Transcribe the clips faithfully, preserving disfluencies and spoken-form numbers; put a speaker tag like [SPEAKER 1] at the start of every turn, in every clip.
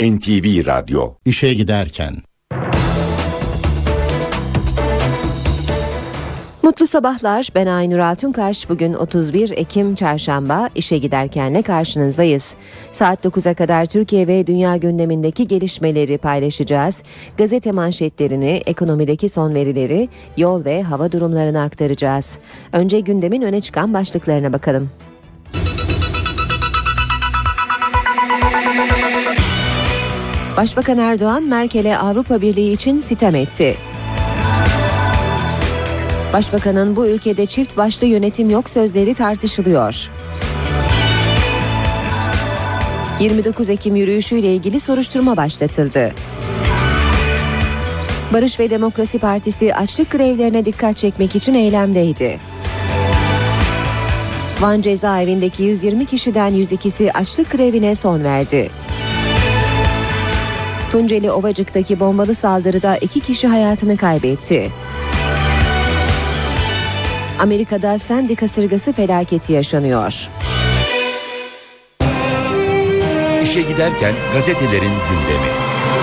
[SPEAKER 1] N T V Radyo.
[SPEAKER 2] İşe giderken.
[SPEAKER 3] Mutlu sabahlar, ben Aynur Altunkaş. Bugün otuz bir Ekim Çarşamba, işe giderkenle karşınızdayız. Saat dokuza kadar Türkiye ve dünya gündemindeki gelişmeleri paylaşacağız. Gazete manşetlerini, ekonomideki son verileri, yol ve hava durumlarını aktaracağız. Önce gündemin öne çıkan başlıklarına bakalım. Başbakan Erdoğan, Merkel'e Avrupa Birliği için sitem etti. Başbakanın bu ülkede çift başlı yönetim yok sözleri tartışılıyor. yirmi dokuz Ekim yürüyüşüyle ilgili soruşturma başlatıldı. Barış ve Demokrasi Partisi açlık grevlerine dikkat çekmek için eylemdeydi. Van cezaevindeki yüz yirmi kişiden yüz ikisi açlık grevine son verdi. Tunceli Ovacık'taki bombalı saldırıda iki kişi hayatını kaybetti. Amerika'da Sandy kasırgası felaketi yaşanıyor.
[SPEAKER 1] İşe giderken gazetelerin gündemi.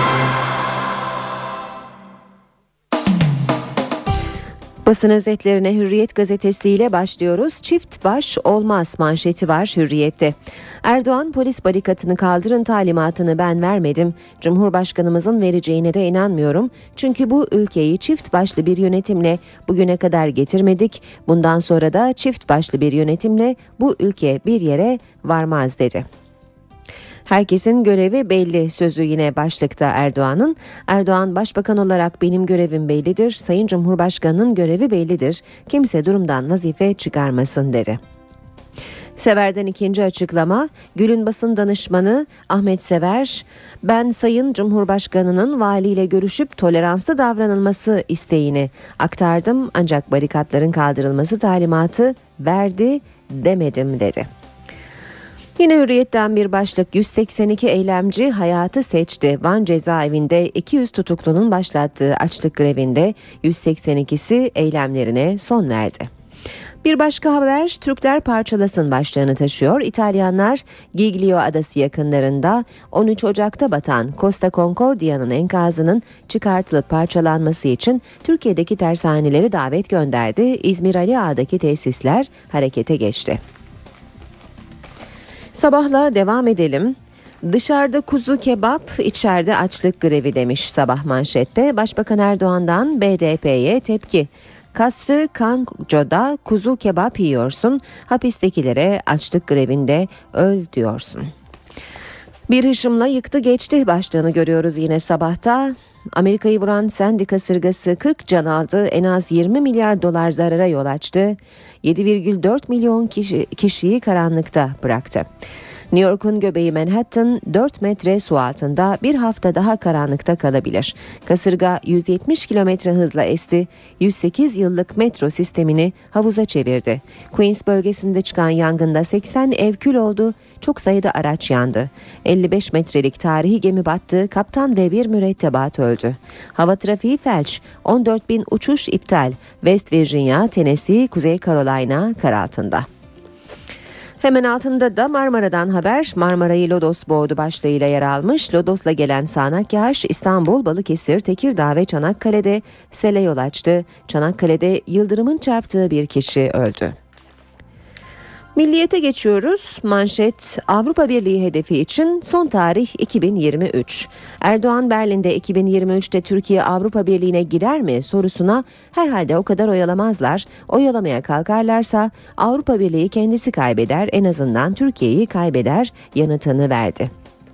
[SPEAKER 3] Basın özetlerine Hürriyet gazetesiyle başlıyoruz. Çift baş olmaz manşeti var Hürriyet'te. Erdoğan, polis barikatını kaldırın talimatını ben vermedim. Cumhurbaşkanımızın vereceğine de inanmıyorum. Çünkü bu ülkeyi çift başlı bir yönetimle bugüne kadar getirmedik. Bundan sonra da çift başlı bir yönetimle bu ülke bir yere varmaz dedi. Herkesin görevi belli sözü yine başlıkta Erdoğan'ın. Erdoğan, başbakan olarak benim görevim bellidir, Sayın Cumhurbaşkanı'nın görevi bellidir, kimse durumdan vazife çıkarmasın dedi. Sever'den ikinci açıklama, Gül'ün basın danışmanı Ahmet Sever, ben Sayın Cumhurbaşkanı'nın valiyle görüşüp toleranslı davranılması isteğini aktardım ancak barikatların kaldırılması talimatı verdi demedim dedi. Yine Hürriyet'ten bir başlık, yüz seksen iki eylemci hayatı seçti. Van cezaevinde iki yüz tutuklunun başlattığı açlık grevinde yüz seksen ikisi eylemlerine son verdi. Bir başka haber, Türkler parçalasın başlığını taşıyor. İtalyanlar Giglio adası yakınlarında on üç Ocak'ta batan Costa Concordia'nın enkazının çıkartılıp parçalanması için Türkiye'deki tersaneleri davet gönderdi. İzmir Ali Ağa'daki tesisler harekete geçti. Sabahla devam edelim. Dışarıda kuzu kebap, içeride açlık grevi demiş sabah manşette. Başbakan Erdoğan'dan B D P'ye tepki. Kasrı Kanco'da kuzu kebap yiyorsun, hapistekilere açlık grevinde öl diyorsun. Bir hışımla yıktı geçti başlığını görüyoruz yine sabahta. Amerika'yı vuran Sandy kasırgası kırk can aldı, en az yirmi milyar dolar zarara yol açtı. yedi virgül dört milyon kişi, kişiyi karanlıkta bıraktı. New York'un göbeği Manhattan dört metre su altında, bir hafta daha karanlıkta kalabilir. Kasırga yüz yetmiş kilometre hızla esti, yüz sekiz yıllık metro sistemini havuza çevirdi. Queens bölgesinde çıkan yangında seksen ev kül oldu, çok sayıda araç yandı. elli beş metrelik tarihi gemi battı, kaptan ve bir mürettebat öldü. Hava trafiği felç, on dört bin uçuş iptal. West Virginia, Tennessee, Kuzey Carolina kar altında. Hemen altında da Marmara'dan haber. Marmara'yı lodos boğdu başlığıyla yer almış. Lodos'la gelen sağanak yağış İstanbul, Balıkesir, Tekirdağ ve Çanakkale'de sele yol açtı. Çanakkale'de yıldırımın çarptığı bir kişi öldü. Milliyete geçiyoruz. Manşet, Avrupa Birliği hedefi için son tarih iki bin yirmi üç. Erdoğan Berlin'de iki bin yirmi üçte Türkiye Avrupa Birliği'ne girer mi sorusuna herhalde o kadar oyalamazlar. Oyalamaya kalkarlarsa Avrupa Birliği kendisi kaybeder, en azından Türkiye'yi kaybeder yanıtını verdi.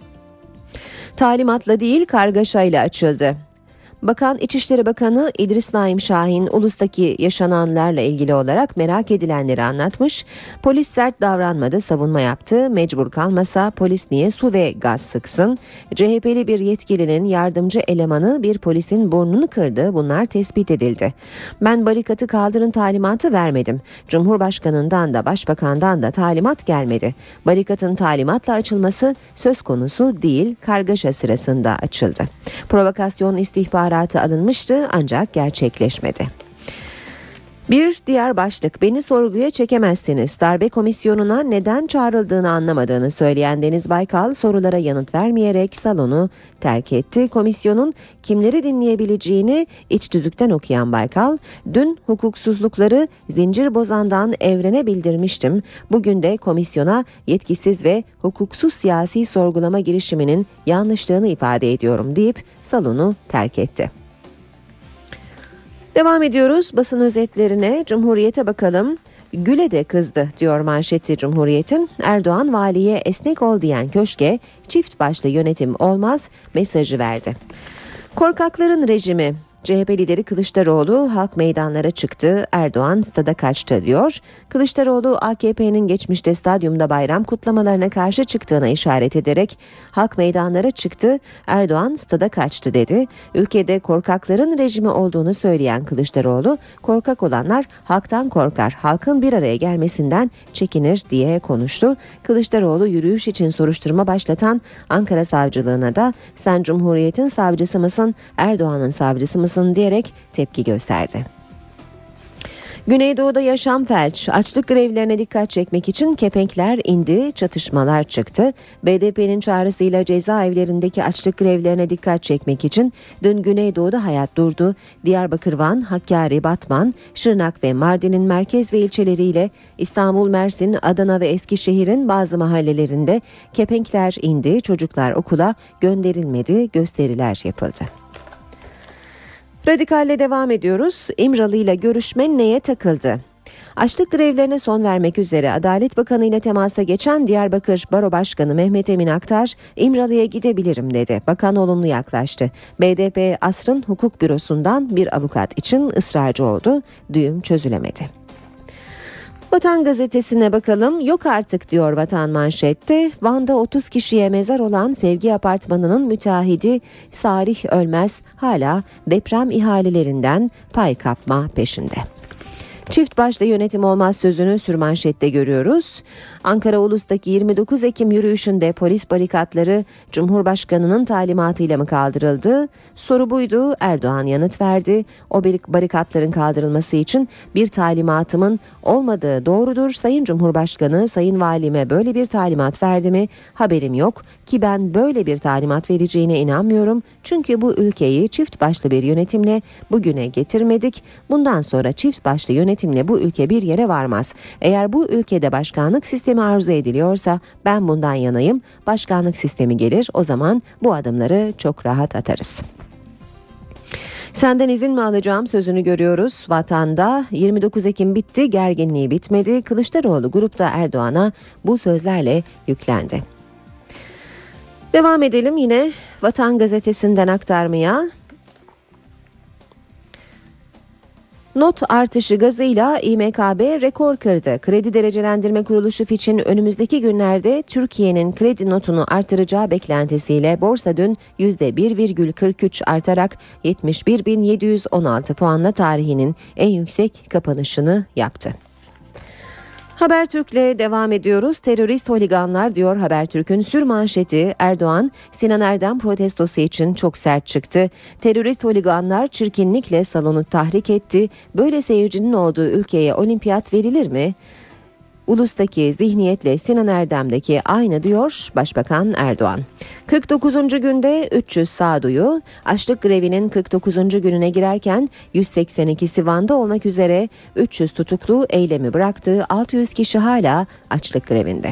[SPEAKER 3] Talimatla değil kargaşayla açıldı. Bakan İçişleri Bakanı İdris Naim Şahin ulustaki yaşananlarla ilgili olarak merak edilenleri anlatmış. Polis sert davranmadı, savunma yaptı. Mecbur kalmasa polis niye su ve gaz sıksın? C H P'li bir yetkilinin yardımcı elemanı bir polisin burnunu kırdı. Bunlar tespit edildi. Ben barikatı kaldırın talimatı vermedim. Cumhurbaşkanından da başbakandan da talimat gelmedi. Barikatın talimatla açılması söz konusu değil, kargaşa sırasında açıldı. Provokasyon istihbaratı alınmıştı ancak gerçekleşmedi. Bir diğer başlık, beni sorguya çekemezsiniz. Darbe komisyonuna neden çağrıldığını anlamadığını söyleyen Deniz Baykal sorulara yanıt vermeyerek salonu terk etti. Komisyonun kimleri dinleyebileceğini iç tüzükten okuyan Baykal, dün hukuksuzlukları zincir bozandan evrene bildirmiştim. Bugün de komisyona yetkisiz ve hukuksuz siyasi sorgulama girişiminin yanlışlığını ifade ediyorum deyip salonu terk etti. Devam ediyoruz basın özetlerine. Cumhuriyet'e bakalım. Güle de kızdı diyor manşeti Cumhuriyet'in. Erdoğan valiye esnek ol diyen köşke çift başlı yönetim olmaz mesajı verdi. Korkakların rejimi. C H P lideri Kılıçdaroğlu halk meydanlara çıktı, Erdoğan stada kaçtı diyor. Kılıçdaroğlu A K P'nin geçmişte stadyumda bayram kutlamalarına karşı çıktığına işaret ederek halk meydanlara çıktı, Erdoğan stada kaçtı dedi. Ülkede korkakların rejimi olduğunu söyleyen Kılıçdaroğlu, korkak olanlar halktan korkar, halkın bir araya gelmesinden çekinir diye konuştu. Kılıçdaroğlu yürüyüş için soruşturma başlatan Ankara Savcılığına da sen Cumhuriyet'in savcısı mısın, Erdoğan'ın savcısı mısın diyerek tepki gösterdi. Güneydoğu'da yaşam felç, açlık grevlerine dikkat çekmek için kepenkler indi, çatışmalar çıktı. B D P'nin çağrısıyla cezaevlerindeki açlık grevlerine dikkat çekmek için dün Güneydoğu'da hayat durdu. Diyarbakır, Van, Hakkari, Batman, Şırnak ve Mardin'in merkez ve ilçeleriyle İstanbul, Mersin, Adana ve Eskişehir'in bazı mahallelerinde kepenkler indi, çocuklar okula gönderilmedi, gösteriler yapıldı. Radikalle devam ediyoruz. İmralı ile görüşme neye takıldı? Açlık grevlerine son vermek üzere Adalet Bakanı ile temasa geçen Diyarbakır Baro Başkanı Mehmet Emin Aktar, İmralı'ya gidebilirim dedi. Bakan olumlu yaklaştı. B D P Asrın Hukuk Bürosu'ndan bir avukat için ısrarcı oldu. Düğüm çözülemedi. Vatan Gazetesi'ne bakalım. Yok artık diyor Vatan manşette. Van'da otuz kişiye mezar olan Sevgi Apartmanı'nın müteahhidi Salih Ölmez hala deprem ihalelerinden pay kapma peşinde. Çift başlı yönetim olmaz sözünü sürmanşette görüyoruz. Ankara Ulus'taki yirmi dokuz Ekim yürüyüşünde polis barikatları Cumhurbaşkanı'nın talimatıyla mı kaldırıldı? Soru buydu. Erdoğan yanıt verdi. O barikatların kaldırılması için bir talimatımın olmadığı doğrudur. Sayın Cumhurbaşkanı, Sayın Valime böyle bir talimat verdi mi? Haberim yok ki ben böyle bir talimat vereceğine inanmıyorum. Çünkü bu ülkeyi çift başlı bir yönetimle bugüne getirmedik. Bundan sonra çift başlı yönetimle bu ülke bir yere varmaz. Eğer bu ülkede başkanlık sistemi arzu ediliyorsa ben bundan yanayım. Başkanlık sistemi gelir, o zaman bu adımları çok rahat atarız. Senden izin mi alacağım sözünü görüyoruz. Vatanda yirmi dokuz Ekim bitti, gerginliği bitmedi. Kılıçdaroğlu grupta Erdoğan'a bu sözlerle yüklendi. Devam edelim yine Vatan Gazetesi'nden aktarmaya. Not artışı gazıyla İ M K B rekor kırdı. Kredi Derecelendirme Kuruluşu Fitch'in önümüzdeki günlerde Türkiye'nin kredi notunu artıracağı beklentisiyle borsa dün yüzde bir virgül kırk üç artarak yetmiş bir bin yedi yüz on altı puanla tarihinin en yüksek kapanışını yaptı. Habertürk'le devam ediyoruz. Terörist holiganlar diyor Habertürk'ün sürmanşeti. Erdoğan, Sinan Erdem protestosu için çok sert çıktı. Terörist holiganlar çirkinlikle salonu tahrik etti. Böyle seyircinin olduğu ülkeye olimpiyat verilir mi? Ulus'taki zihniyetle Sinan Erdem'deki aynı diyor Başbakan Erdoğan. kırk dokuzuncu günde üç yüz sağduyu, açlık grevinin kırk dokuzuncu gününe girerken yüz seksen ikisi Van'da olmak üzere üç yüz tutuklu eylemi bıraktı. altı yüz kişi hala açlık grevinde.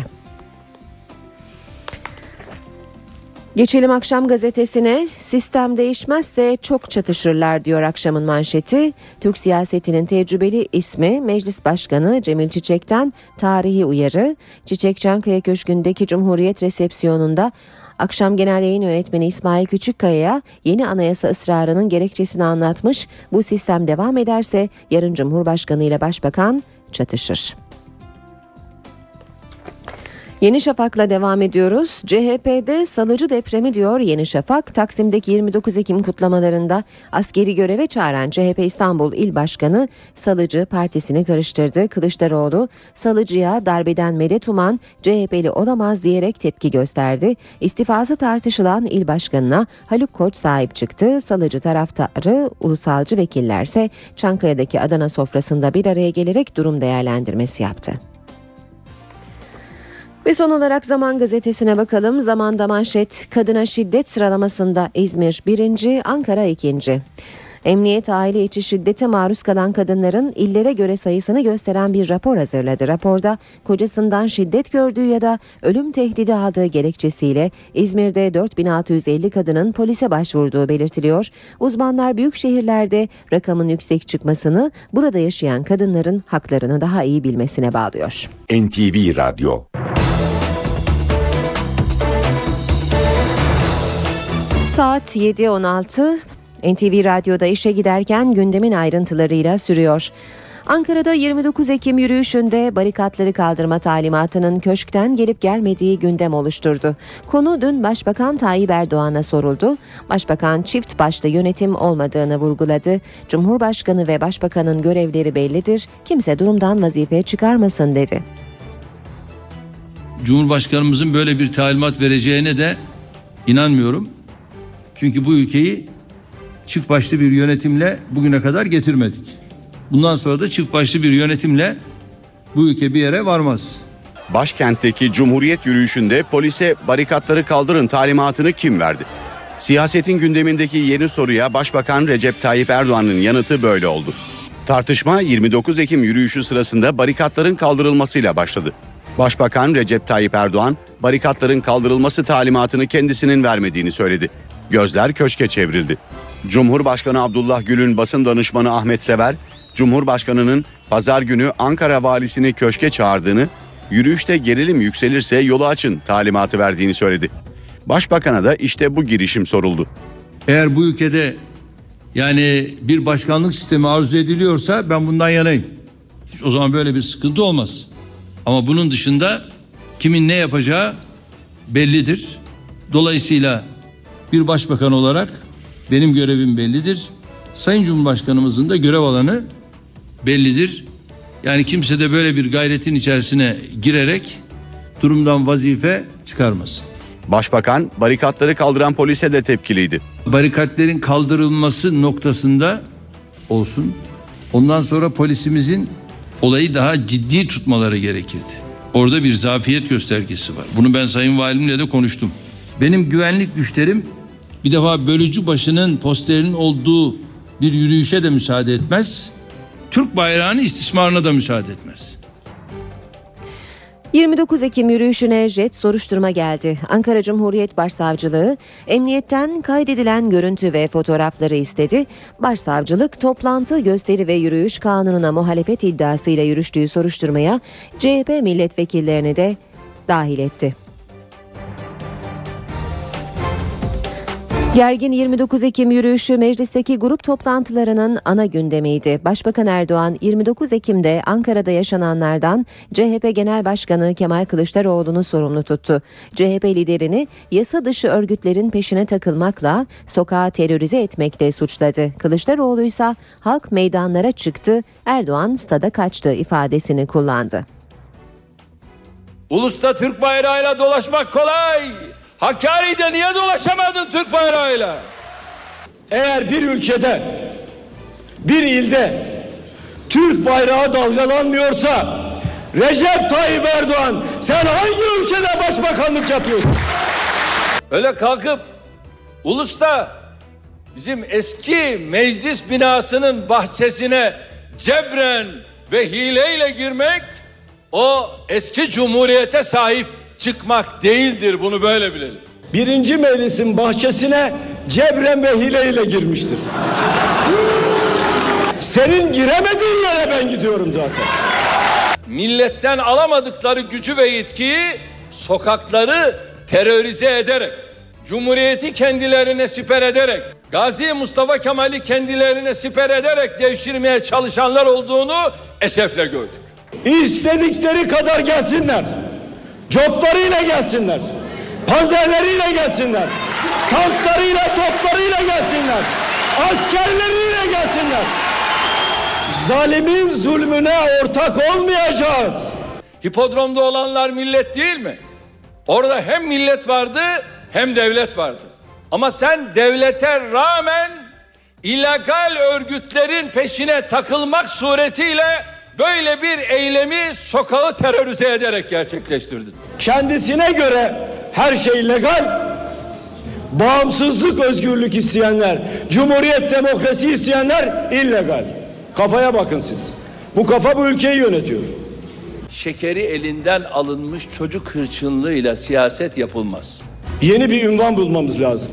[SPEAKER 3] Geçelim Akşam Gazetesi'ne. Sistem değişmezse çok çatışırlar diyor akşamın manşeti. Türk siyasetinin tecrübeli ismi Meclis Başkanı Cemil Çiçek'ten tarihi uyarı. Çiçek Çankaya Köşkü'ndeki Cumhuriyet resepsiyonunda Akşam Genel Yayın Yönetmeni İsmail Küçükkaya'ya yeni anayasa ısrarının gerekçesini anlatmış. Bu sistem devam ederse yarın Cumhurbaşkanı ile Başbakan çatışır. Yeni Şafak'la devam ediyoruz. C H P'de salıcı depremi diyor Yeni Şafak. Taksim'deki yirmi dokuz Ekim kutlamalarında askeri göreve çağıran C H P İstanbul İl Başkanı salıcı partisini karıştırdı. Kılıçdaroğlu salıcıya darbeden medet uman C H P'li olamaz diyerek tepki gösterdi. İstifası tartışılan il başkanına Haluk Koç sahip çıktı. Salıcı taraftarı ulusalcı vekillerse Çankaya'daki Adana sofrasında bir araya gelerek durum değerlendirmesi yaptı. Ve son olarak Zaman Gazetesi'ne bakalım. Zaman'da manşet, kadına şiddet sıralamasında İzmir birinci, Ankara ikinci. Emniyet aile içi şiddete maruz kalan kadınların illere göre sayısını gösteren bir rapor hazırladı. Raporda kocasından şiddet gördüğü ya da ölüm tehdidi aldığı gerekçesiyle İzmir'de dört bin altı yüz elli kadının polise başvurduğu belirtiliyor. Uzmanlar büyük şehirlerde rakamın yüksek çıkmasını burada yaşayan kadınların haklarını daha iyi bilmesine bağlıyor.
[SPEAKER 1] N T V Radyo.
[SPEAKER 3] Saat yedi on altı. N T V Radyo'da işe giderken gündemin ayrıntılarıyla sürüyor. Ankara'da yirmi dokuz Ekim yürüyüşünde barikatları kaldırma talimatının köşkten gelip gelmediği gündem oluşturdu. Konu dün Başbakan Tayyip Erdoğan'a soruldu. Başbakan çift başlı yönetim olmadığını vurguladı. Cumhurbaşkanı ve Başbakanın görevleri bellidir. Kimse durumdan vazife çıkarmasın dedi.
[SPEAKER 2] Cumhurbaşkanımızın böyle bir talimat vereceğine de inanmıyorum. Çünkü bu ülkeyi çift başlı bir yönetimle bugüne kadar getirmedik. Bundan sonra da çift başlı bir yönetimle bu ülke bir yere varmaz.
[SPEAKER 4] Başkentteki Cumhuriyet yürüyüşünde polise barikatları kaldırın talimatını kim verdi? Siyasetin gündemindeki yeni soruya Başbakan Recep Tayyip Erdoğan'ın yanıtı böyle oldu. Tartışma yirmi dokuz Ekim yürüyüşü sırasında barikatların kaldırılmasıyla başladı. Başbakan Recep Tayyip Erdoğan barikatların kaldırılması talimatını kendisinin vermediğini söyledi. Gözler köşke çevrildi. Cumhurbaşkanı Abdullah Gül'ün basın danışmanı Ahmet Sever, Cumhurbaşkanı'nın pazar günü Ankara valisini köşke çağırdığını, yürüyüşte gerilim yükselirse yolu açın talimatı verdiğini söyledi. Başbakan'a da işte bu girişim soruldu.
[SPEAKER 2] Eğer bu ülkede yani bir başkanlık sistemi arzu ediliyorsa ben bundan yanayım. Hiç o zaman böyle bir sıkıntı olmaz. Ama bunun dışında kimin ne yapacağı bellidir. Dolayısıyla bir başbakan olarak benim görevim bellidir. Sayın Cumhurbaşkanımızın da görev alanı bellidir. Yani kimse de böyle bir gayretin içerisine girerek durumdan vazife çıkarmasın.
[SPEAKER 4] Başbakan barikatları kaldıran polise de tepkiliydi.
[SPEAKER 2] Barikatlerin kaldırılması noktasında olsun. Ondan sonra polisimizin olayı daha ciddi tutmaları gerekirdi. Orada bir zafiyet göstergesi var. Bunu ben Sayın Valimle de konuştum. Benim güvenlik güçlerim bir defa bölücü başının posterinin olduğu bir yürüyüşe de müsaade etmez. Türk bayrağını istismarına da müsaade etmez.
[SPEAKER 3] yirmi dokuz Ekim yürüyüşüne jet soruşturma geldi. Ankara Cumhuriyet Başsavcılığı emniyetten kaydedilen görüntü ve fotoğrafları istedi. Başsavcılık toplantı, gösteri ve yürüyüş kanununa muhalefet iddiasıyla yürüştüğü soruşturmaya C H P milletvekillerini de dahil etti. Gergin yirmi dokuz Ekim yürüyüşü meclisteki grup toplantılarının ana gündemiydi. Başbakan Erdoğan yirmi dokuz Ekim'de Ankara'da yaşananlardan C H P Genel Başkanı Kemal Kılıçdaroğlu'nu sorumlu tuttu. C H P liderini yasa dışı örgütlerin peşine takılmakla, sokağı terörize etmekle suçladı. Kılıçdaroğlu ise halk meydanlara çıktı, Erdoğan stada kaçtı ifadesini kullandı.
[SPEAKER 2] Ulusta Türk bayrağıyla dolaşmak kolay. Hakkari'de niye dolaşamadın Türk bayrağıyla?
[SPEAKER 5] Eğer bir ülkede, bir ilde Türk bayrağı dalgalanmıyorsa Recep Tayyip Erdoğan sen hangi ülkede başbakanlık yapıyorsun?
[SPEAKER 2] Öyle kalkıp Ulus'ta bizim eski meclis binasının bahçesine cebren ve hileyle girmek o eski cumhuriyete sahip çıkmak değildir, bunu böyle bilelim.
[SPEAKER 5] Birinci meclisin bahçesine cebren ve hileyle girmiştir. Senin giremediğin yere ben gidiyorum zaten.
[SPEAKER 2] Milletten alamadıkları gücü ve yetkiyi sokakları terörize ederek, Cumhuriyeti kendilerine siper ederek, Gazi Mustafa Kemal'i kendilerine siper ederek devşirmeye çalışanlar olduğunu esefle gördük.
[SPEAKER 5] İstedikleri kadar gelsinler. Coplarıyla gelsinler. Panzerleriyle gelsinler. Tanklarıyla, toplarıyla gelsinler. Askerleriyle gelsinler. Zalimin zulmüne ortak olmayacağız.
[SPEAKER 2] Hipodromda olanlar millet değil mi? Orada hem millet vardı hem devlet vardı. Ama sen devlete rağmen illegal örgütlerin peşine takılmak suretiyle böyle bir eylemi sokağı terörize ederek gerçekleştirdin.
[SPEAKER 5] Kendisine göre her şey legal. Bağımsızlık, özgürlük isteyenler, cumhuriyet, demokrasi isteyenler illegal. Kafaya bakın siz. Bu kafa bu ülkeyi yönetiyor.
[SPEAKER 2] Şekeri elinden alınmış çocuk hırçınlığıyla siyaset yapılmaz.
[SPEAKER 5] Yeni bir ünvan bulmamız lazım.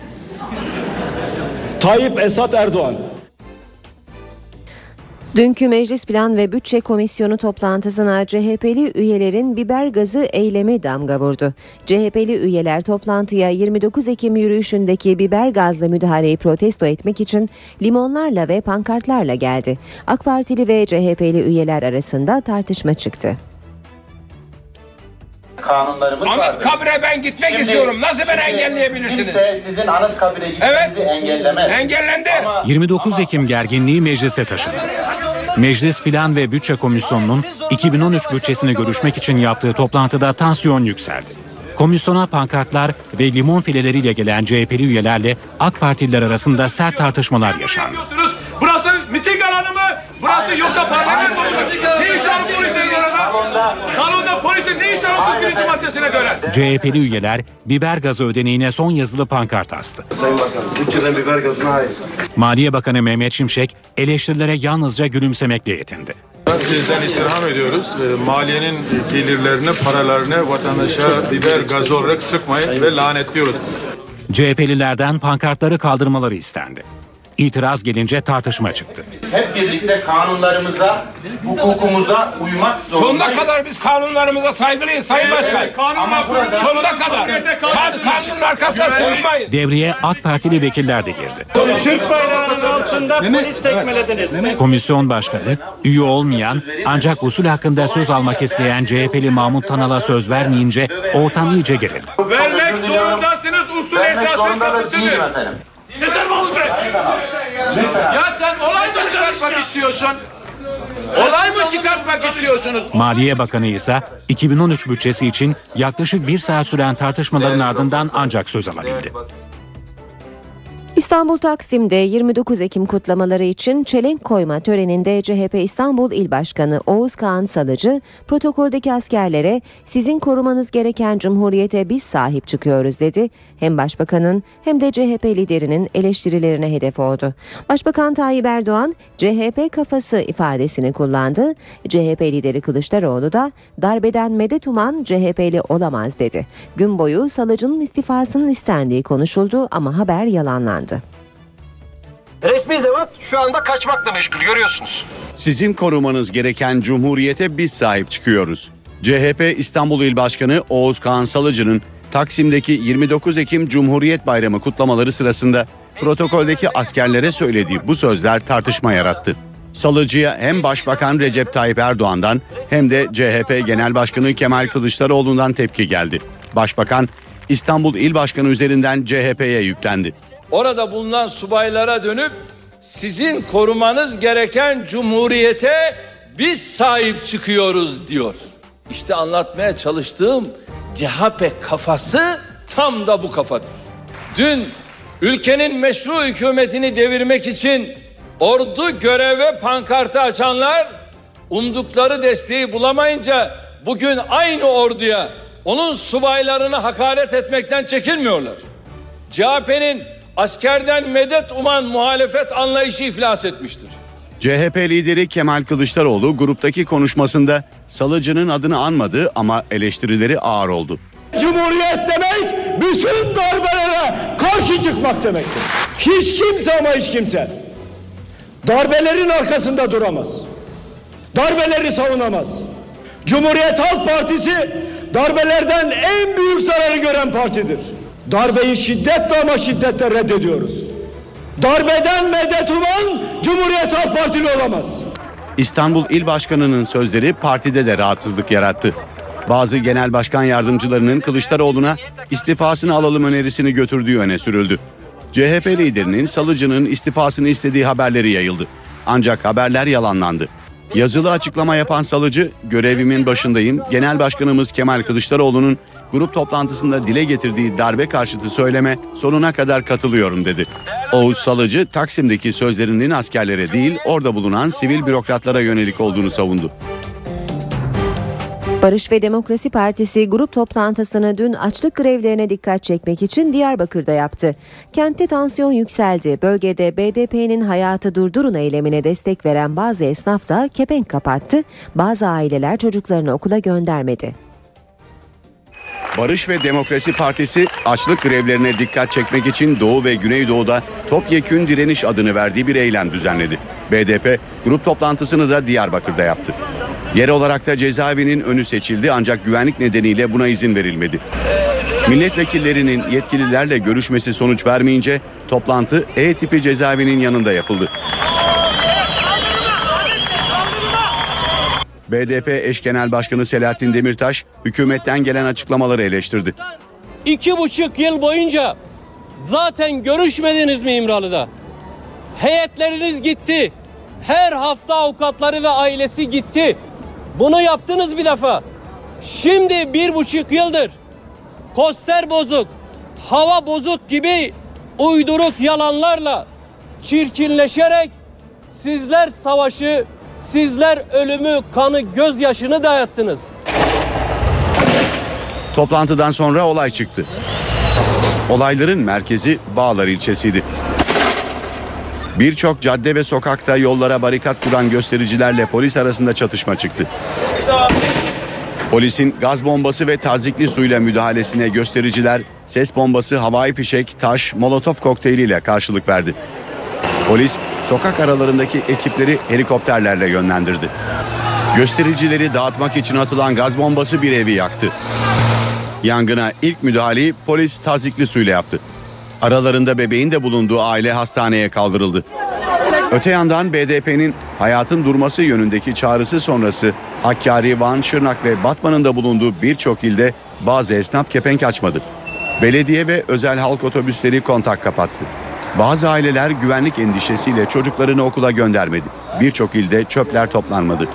[SPEAKER 5] Tayyip Esat Erdoğan.
[SPEAKER 3] Dünkü Meclis Plan ve Bütçe Komisyonu toplantısına C H P'li üyelerin biber gazı eylemi damga vurdu. C H P'li üyeler toplantıya yirmi dokuz Ekim yürüyüşündeki biber gazlı müdahaleyi protesto etmek için limonlarla ve pankartlarla geldi. AK Partili ve C H P'li üyeler arasında tartışma çıktı.
[SPEAKER 6] Kanunlarımız vardır.
[SPEAKER 7] Anıtkabir'e ben gitmek
[SPEAKER 6] Şimdi-
[SPEAKER 7] istiyorum. Nasıl beni
[SPEAKER 6] şimdi
[SPEAKER 7] engelleyebilirsiniz?
[SPEAKER 6] Kimse sizin Anıtkabir'e gitmenizi
[SPEAKER 7] Evet.
[SPEAKER 6] engellemez.
[SPEAKER 7] Engellendi.
[SPEAKER 6] Ama-
[SPEAKER 8] yirmi dokuz Ekim gerginliği meclise taşındı. Meclis Plan ve Bütçe Komisyonu'nun iki bin on üç bütçesini görüşmek için yaptığı toplantıda tansiyon yükseldi. Komisyona pankartlar ve limon fileleriyle gelen C H P'li üyelerle AK Partililer arasında sert tartışmalar yaşandı.
[SPEAKER 9] Burası miting alanı mı? Burası yoksa parlamento mu? Ne iş var polisin orada? Salonda polisin ne iş var otuz birinci maddesine göre?
[SPEAKER 8] C H P'li üyeler biber gazı ödeneğine son yazılı pankart astı.
[SPEAKER 10] Sayın Bakanım, bütçeden biber gazına hayır.
[SPEAKER 8] Maliye Bakanı Mehmet Şimşek eleştirilere yalnızca gülümsemekle yetindi.
[SPEAKER 9] Sizden istirham ediyoruz. Maliyenin gelirlerini, paralarını vatandaşa biber gazı olarak sıkmayın ve lanetliyoruz.
[SPEAKER 8] C H P'lilerden pankartları kaldırmaları istendi. İtiraz gelince tartışma çıktı.
[SPEAKER 6] Biz hep birlikte kanunlarımıza, hukukumuza uymak zorundayız.
[SPEAKER 7] Sonuna kadar biz kanunlarımıza saygılıyız Sayın Başkan.
[SPEAKER 6] Ama burada
[SPEAKER 7] Sonuna kadar. Kan, kanunun arkasında sığınmayın.
[SPEAKER 8] Devreye AK Partili vekiller de girdi.
[SPEAKER 5] Türk bayrağının altında polis tekmelediniz.
[SPEAKER 8] Komisyon başkanı, üye olmayan ancak usul hakkında söz almak isteyen C H P'li Mahmut Tanal'a söz vermeyince ortam iyice gerildi.
[SPEAKER 9] Vermek zorundasınız usul
[SPEAKER 6] vermek
[SPEAKER 9] esasının
[SPEAKER 6] zorunda da değilim
[SPEAKER 9] kapısını.
[SPEAKER 6] efendim.
[SPEAKER 9] Yeter Mahmut Bey! Ya sen olay mı çıkartmak istiyorsun? Olay mı çıkartmak istiyorsunuz?
[SPEAKER 8] Maliye Bakanı ise iki bin on üç bütçesi için yaklaşık bir saat süren tartışmaların ardından ancak söz alabildi.
[SPEAKER 3] İstanbul Taksim'de yirmi dokuz Ekim kutlamaları için çelenk koyma töreninde C H P İstanbul İl Başkanı Oğuz Kağan Salıcı, protokoldeki askerlere sizin korumanız gereken cumhuriyete biz sahip çıkıyoruz dedi. Hem Başbakanın hem de C H P liderinin eleştirilerine hedef oldu. Başbakan Tayyip Erdoğan C H P kafası ifadesini kullandı. C H P lideri Kılıçdaroğlu da darbeden medet uman C H P'li olamaz dedi. Gün boyu Salıcı'nın istifasının istendiği konuşuldu ama haber yalanlandı.
[SPEAKER 7] Resmi zevat şu anda kaçmakla meşgul görüyorsunuz.
[SPEAKER 4] Sizin korumanız gereken cumhuriyete biz sahip çıkıyoruz. C H P İstanbul İl Başkanı Oğuz Kağan Salıcı'nın Taksim'deki yirmi dokuz Ekim Cumhuriyet Bayramı kutlamaları sırasında protokoldeki askerlere söylediği bu sözler tartışma yarattı. Salıcı'ya hem Başbakan Recep Tayyip Erdoğan'dan hem de C H P Genel Başkanı Kemal Kılıçdaroğlu'ndan tepki geldi. Başbakan İstanbul İl Başkanı üzerinden C H P'ye yüklendi.
[SPEAKER 2] Orada bulunan subaylara dönüp sizin korumanız gereken cumhuriyete biz sahip çıkıyoruz diyor. İşte anlatmaya çalıştığım C H P kafası tam da bu kafadır. Dün ülkenin meşru hükümetini devirmek için ordu göreve pankartı açanlar umdukları desteği bulamayınca bugün aynı orduya, onun subaylarına hakaret etmekten çekinmiyorlar. C H P'nin askerden medet uman muhalefet anlayışı iflas etmiştir.
[SPEAKER 4] C H P lideri Kemal Kılıçdaroğlu gruptaki konuşmasında Salıcı'nın adını anmadı ama eleştirileri ağır oldu.
[SPEAKER 5] Cumhuriyet demek bütün darbelere karşı çıkmak demektir. Hiç kimse ama hiç kimse darbelerin arkasında duramaz. Darbeleri savunamaz. Cumhuriyet Halk Partisi darbelerden en büyük zararı gören partidir. Darbeyi şiddetle ama şiddetle reddediyoruz. Darbeden medet uman Cumhuriyet Halk Partili olamaz.
[SPEAKER 4] İstanbul İl Başkanı'nın sözleri partide de rahatsızlık yarattı. Bazı genel başkan yardımcılarının Kılıçdaroğlu'na istifasını alalım önerisini götürdüğü öne sürüldü. C H P liderinin Salıcı'nın istifasını istediği haberleri yayıldı. Ancak haberler yalanlandı. Yazılı açıklama yapan Salıcı, görevimin başındayım, Genel Başkanımız Kemal Kılıçdaroğlu'nun grup toplantısında dile getirdiği darbe karşıtı söyleme sonuna kadar katılıyorum dedi. Oğuz Salıcı, Taksim'deki sözlerinin askerlere değil, orada bulunan sivil bürokratlara yönelik olduğunu savundu.
[SPEAKER 3] Barış ve Demokrasi Partisi grup toplantısını dün açlık grevlerine dikkat çekmek için Diyarbakır'da yaptı. Kentte tansiyon yükseldi. Bölgede B D P'nin hayatı durdurun eylemine destek veren bazı esnaf da kepenk kapattı. Bazı aileler çocuklarını okula göndermedi.
[SPEAKER 4] Barış ve Demokrasi Partisi açlık grevlerine dikkat çekmek için Doğu ve Güneydoğu'da topyekün direniş adını verdiği bir eylem düzenledi. B D P grup toplantısını da Diyarbakır'da yaptı. Yer olarak da cezaevinin önü seçildi ancak güvenlik nedeniyle buna izin verilmedi. Milletvekillerinin yetkililerle görüşmesi sonuç vermeyince toplantı E tipi cezaevinin yanında yapıldı. B D P eş genel başkanı Selahattin Demirtaş hükümetten gelen açıklamaları eleştirdi.
[SPEAKER 11] İki buçuk yıl boyunca zaten görüşmediniz mi İmralı'da? Heyetleriniz gitti. Her hafta avukatları ve ailesi gitti. Bunu yaptınız bir defa. Şimdi bir buçuk yıldır poster bozuk, hava bozuk gibi uyduruk yalanlarla çirkinleşerek sizler savaşı, sizler ölümü, kanı, gözyaşını dayattınız.
[SPEAKER 4] Toplantıdan sonra olay çıktı. Olayların merkezi Bağlar ilçesiydi. Birçok cadde ve sokakta yollara barikat kuran göstericilerle polis arasında çatışma çıktı. Polisin gaz bombası ve tazikli suyla müdahalesine göstericiler ses bombası, havai fişek, taş, molotof kokteyliyle karşılık verdi. Polis sokak aralarındaki ekipleri helikopterlerle yönlendirdi. Göstericileri dağıtmak için atılan gaz bombası bir evi yaktı. Yangına ilk müdahaleyi polis tazikli suyla yaptı. Aralarında bebeğin de bulunduğu aile hastaneye kaldırıldı. Öte yandan B D P'nin hayatın durması yönündeki çağrısı sonrası Hakkari, Van, Şırnak ve Batman'ın da bulunduğu birçok ilde bazı esnaf kepenk açmadı. Belediye ve özel halk otobüsleri kontak kapattı. Bazı aileler güvenlik endişesiyle çocuklarını okula göndermedi. Birçok ilde çöpler toplanmadı.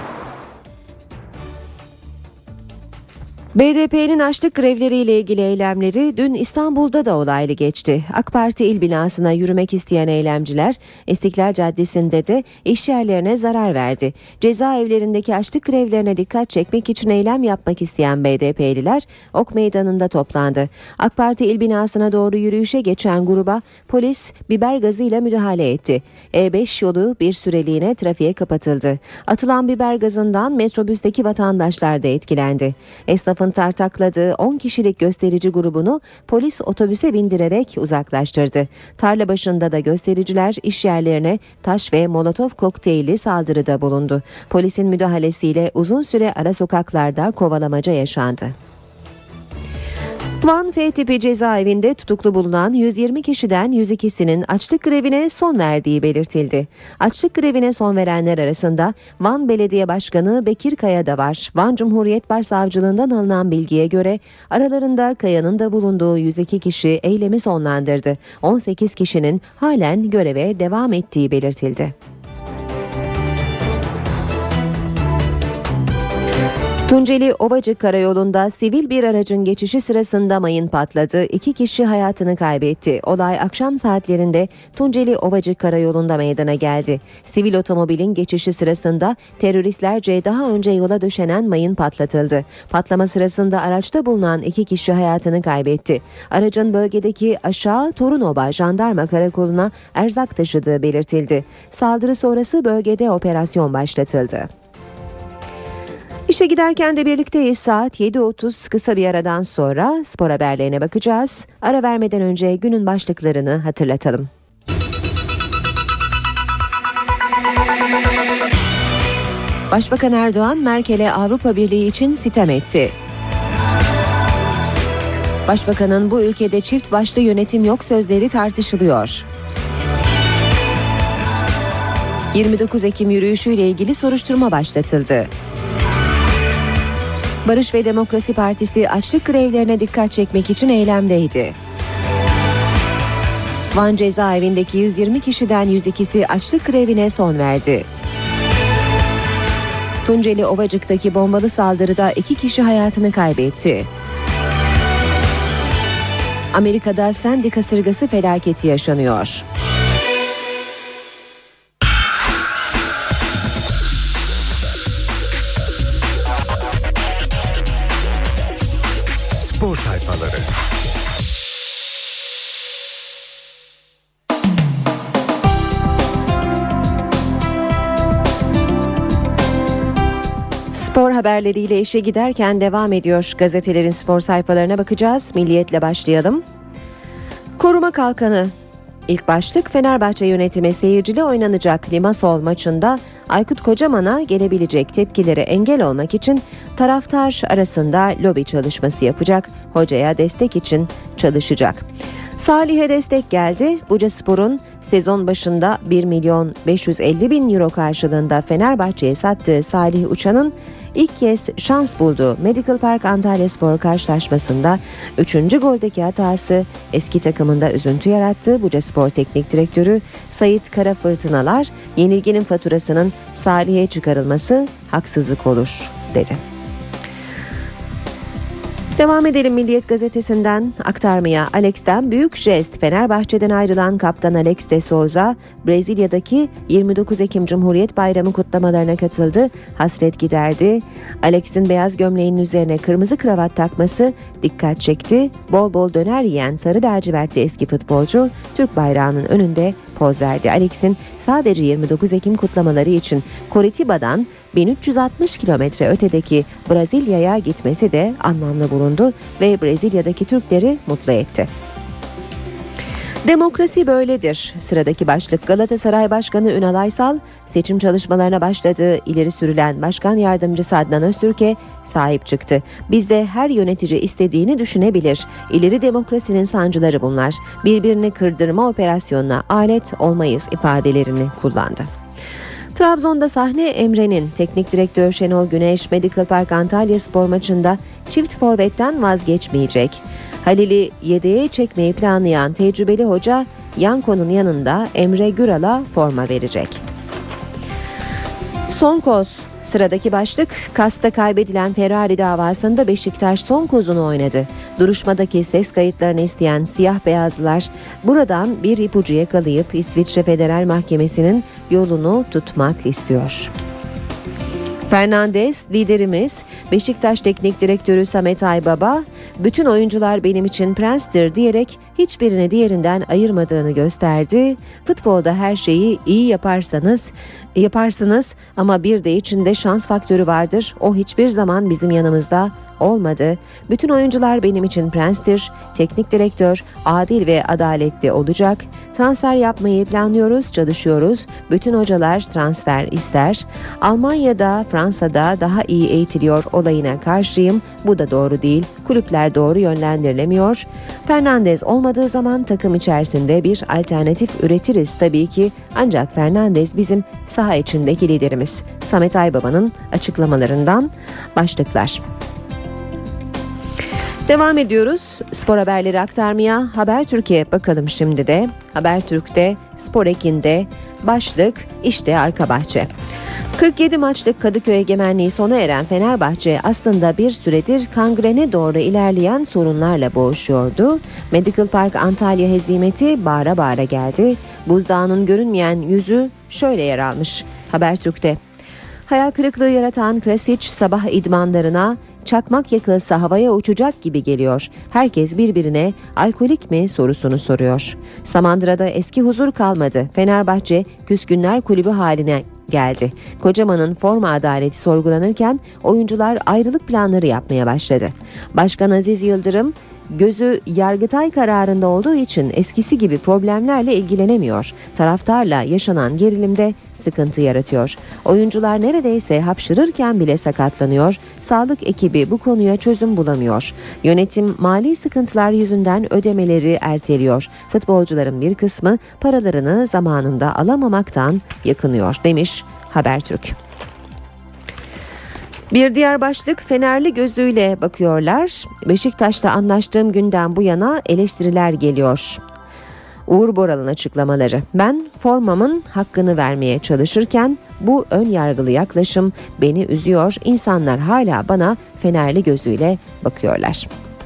[SPEAKER 3] B D P'nin açlık grevleriyle ilgili eylemleri dün İstanbul'da da olaylı geçti. AK Parti il binasına yürümek isteyen eylemciler İstiklal Caddesi'nde de iş yerlerine zarar verdi. Cezaevlerindeki açlık grevlerine dikkat çekmek için eylem yapmak isteyen B D P'liler Ok Meydanı'nda toplandı. AK Parti il binasına doğru yürüyüşe geçen gruba polis biber gazıyla müdahale etti. E beş yolu bir süreliğine trafiğe kapatıldı. Atılan biber gazından metrobüsteki vatandaşlar da etkilendi. Esnaf tartakladığı on kişilik gösterici grubunu polis otobüse bindirerek uzaklaştırdı. Tarla başında da göstericiler iş yerlerine taş ve molotof kokteyli saldırıda bulundu. Polisin müdahalesiyle uzun süre ara sokaklarda kovalamaca yaşandı. Van F tipi cezaevinde tutuklu bulunan yüz yirmi kişiden yüz ikisinin açlık grevine son verdiği belirtildi. Açlık grevine son verenler arasında Van Belediye Başkanı Bekir Kaya da var. Van Cumhuriyet Başsavcılığından alınan bilgiye göre aralarında Kaya'nın da bulunduğu yüz iki kişi eylemi sonlandırdı. on sekiz kişinin halen göreve devam ettiği belirtildi. Tunceli Ovacık Karayolu'nda sivil bir aracın geçişi sırasında mayın patladı. İki kişi hayatını kaybetti. Olay akşam saatlerinde Tunceli Ovacık Karayolu'nda meydana geldi. Sivil otomobilin geçişi sırasında teröristlerce daha önce yola döşenen mayın patlatıldı. Patlama sırasında araçta bulunan iki kişi hayatını kaybetti. Aracın bölgedeki Aşağı Torunova Jandarma Karakolu'na erzak taşıdığı belirtildi. Saldırı sonrası bölgede operasyon başlatıldı. İşe giderken de birlikteyiz. Saat yedi otuz, kısa bir aradan sonra spor haberlerine bakacağız. Ara vermeden önce günün başlıklarını hatırlatalım. Başbakan Erdoğan Merkel'e Avrupa Birliği için sitem etti. Başbakanın bu ülkede çift başlı yönetim yok sözleri tartışılıyor. yirmi dokuz Ekim yürüyüşüyle ilgili soruşturma başlatıldı. Barış ve Demokrasi Partisi açlık grevlerine dikkat çekmek için eylemdeydi. Van cezaevindeki yüz yirmi kişiden yüz ikisi açlık grevine son verdi. Tunceli Ovacık'taki bombalı saldırıda iki kişi hayatını kaybetti. Amerika'da Sandy kasırgası felaketi yaşanıyor.
[SPEAKER 12] Spor sayfaları.
[SPEAKER 3] Spor haberleriyle işe giderken devam ediyor. Gazetelerin spor sayfalarına bakacağız. Milliyet'le başlayalım. Koruma kalkanı. İlk başlık Fenerbahçe yönetimi seyircili oynanacak Limassol maçında Aykut Kocaman'a gelebilecek tepkilere engel olmak için taraftar arasında lobi çalışması yapacak. Hocaya destek için çalışacak. Salih'e destek geldi. Bucaspor'un sezon başında bir milyon beş yüz elli bin euro karşılığında Fenerbahçe'ye sattığı Salih Uçan'ın ilk kez şans bulduğu Medical Park Antalyaspor karşılaşmasında üçüncü goldeki hatası eski takımında üzüntü yarattı. Bucaspor Teknik Direktörü Sait Karafırtınalar yenilginin faturasının Salih'e çıkarılması haksızlık olur dedi. Devam edelim Milliyet gazetesinden aktarmaya. Alex'ten büyük jest. Fenerbahçe'den ayrılan kaptan Alex de Souza, Brezilya'daki yirmi dokuz Ekim Cumhuriyet Bayramı kutlamalarına katıldı. Hasret giderdi. Alex'in beyaz gömleğinin üzerine kırmızı kravat takması dikkat çekti. Bol bol döner yiyen sarı lacivertli eski futbolcu Türk bayrağının önünde poz verdi. Alex'in sadece yirmi dokuz Ekim kutlamaları için Coritiba'dan bin üç yüz altmış kilometre ötedeki Brezilya'ya gitmesi de anlamlı bulundu ve Brezilya'daki Türkleri mutlu etti. Demokrasi böyledir. Sıradaki başlık Galatasaray Başkanı Ünal Aysal, seçim çalışmalarına başladığı ileri sürülen Başkan Yardımcısı Adnan Öztürk'e sahip çıktı. Bizde her yönetici istediğini düşünebilir. İleri demokrasinin sancıları bunlar. Birbirini kırdırma operasyonuna alet olmayız ifadelerini kullandı. Trabzon'da sahne Emre'nin. Teknik direktör Şenol Güneş Medical Park Antalyaspor maçında çift forvetten vazgeçmeyecek. Halil'i yedeğe çekmeyi planlayan tecrübeli hoca Yanko'nun yanında Emre Güral'a forma verecek. Son koz. Sıradaki başlık Kas'ta kaybedilen Ferrari davasında Beşiktaş son kozunu oynadı. Duruşmadaki ses kayıtlarını isteyen siyah beyazlılar buradan bir ipucu yakalayıp İsviçre Federal Mahkemesi'nin yolunu tutmak istiyor. Fernandes liderimiz, Beşiktaş Teknik Direktörü Samet Aybaba, bütün oyuncular benim için prenstir diyerek hiçbirini diğerinden ayırmadığını gösterdi. Futbolda her şeyi iyi yaparsanız yaparsınız ama bir de içinde şans faktörü vardır. O hiçbir zaman bizim yanımızda olmadı. Bütün oyuncular benim için prenstir. Teknik direktör adil ve adaletli olacak. Transfer yapmayı planlıyoruz, çalışıyoruz. Bütün hocalar transfer ister. Almanya'da, Fransa'da daha iyi eğitiliyor olayına karşıyım. Bu da doğru değil. Kulüpler doğru yönlendirilemiyor. Fernandes olmadığı zaman takım içerisinde bir alternatif üretiriz tabii ki. Ancak Fernandes bizim saha içindeki liderimiz. Samet Aybaba'nın açıklamalarından başlıklar. Devam ediyoruz spor haberleri aktarmaya. Habertürk'e bakalım şimdi de. Habertürk'te, Spor Ekin'de başlık işte arka bahçe. kırk yedi maçlık Kadıköy egemenliği sona eren Fenerbahçe aslında bir süredir kangrene doğru ilerleyen sorunlarla boğuşuyordu. Medical Park Antalya hezimeti bağıra bağıra geldi. Buzdağının görünmeyen yüzü şöyle yer almış Habertürk'te. Hayal kırıklığı yaratan Krasic sabah idmanlarına çakmak yakılsa havaya uçacak gibi geliyor. Herkes birbirine alkolik mi sorusunu soruyor. Samandıra'da eski huzur kalmadı. Fenerbahçe küskünler kulübü haline geldi. Kocaman'ın forma adaleti sorgulanırken oyuncular ayrılık planları yapmaya başladı. Başkan Aziz Yıldırım gözü Yargıtay kararında olduğu için eskisi gibi problemlerle ilgilenemiyor. Taraftarla yaşanan gerilimde sıkıntı yaratıyor. Oyuncular neredeyse hapşırırken bile sakatlanıyor. Sağlık ekibi bu konuya çözüm bulamıyor. Yönetim mali sıkıntılar yüzünden ödemeleri erteliyor. Futbolcuların bir kısmı paralarını zamanında alamamaktan yakınıyor demiş Habertürk. Bir diğer başlık, Fenerli gözüyle bakıyorlar. Beşiktaş'ta anlaştığım günden bu yana eleştiriler geliyor. Uğur Boral'ın açıklamaları. Ben formamın hakkını vermeye çalışırken bu ön yargılı yaklaşım beni üzüyor. İnsanlar hala bana Fenerli gözüyle bakıyorlar.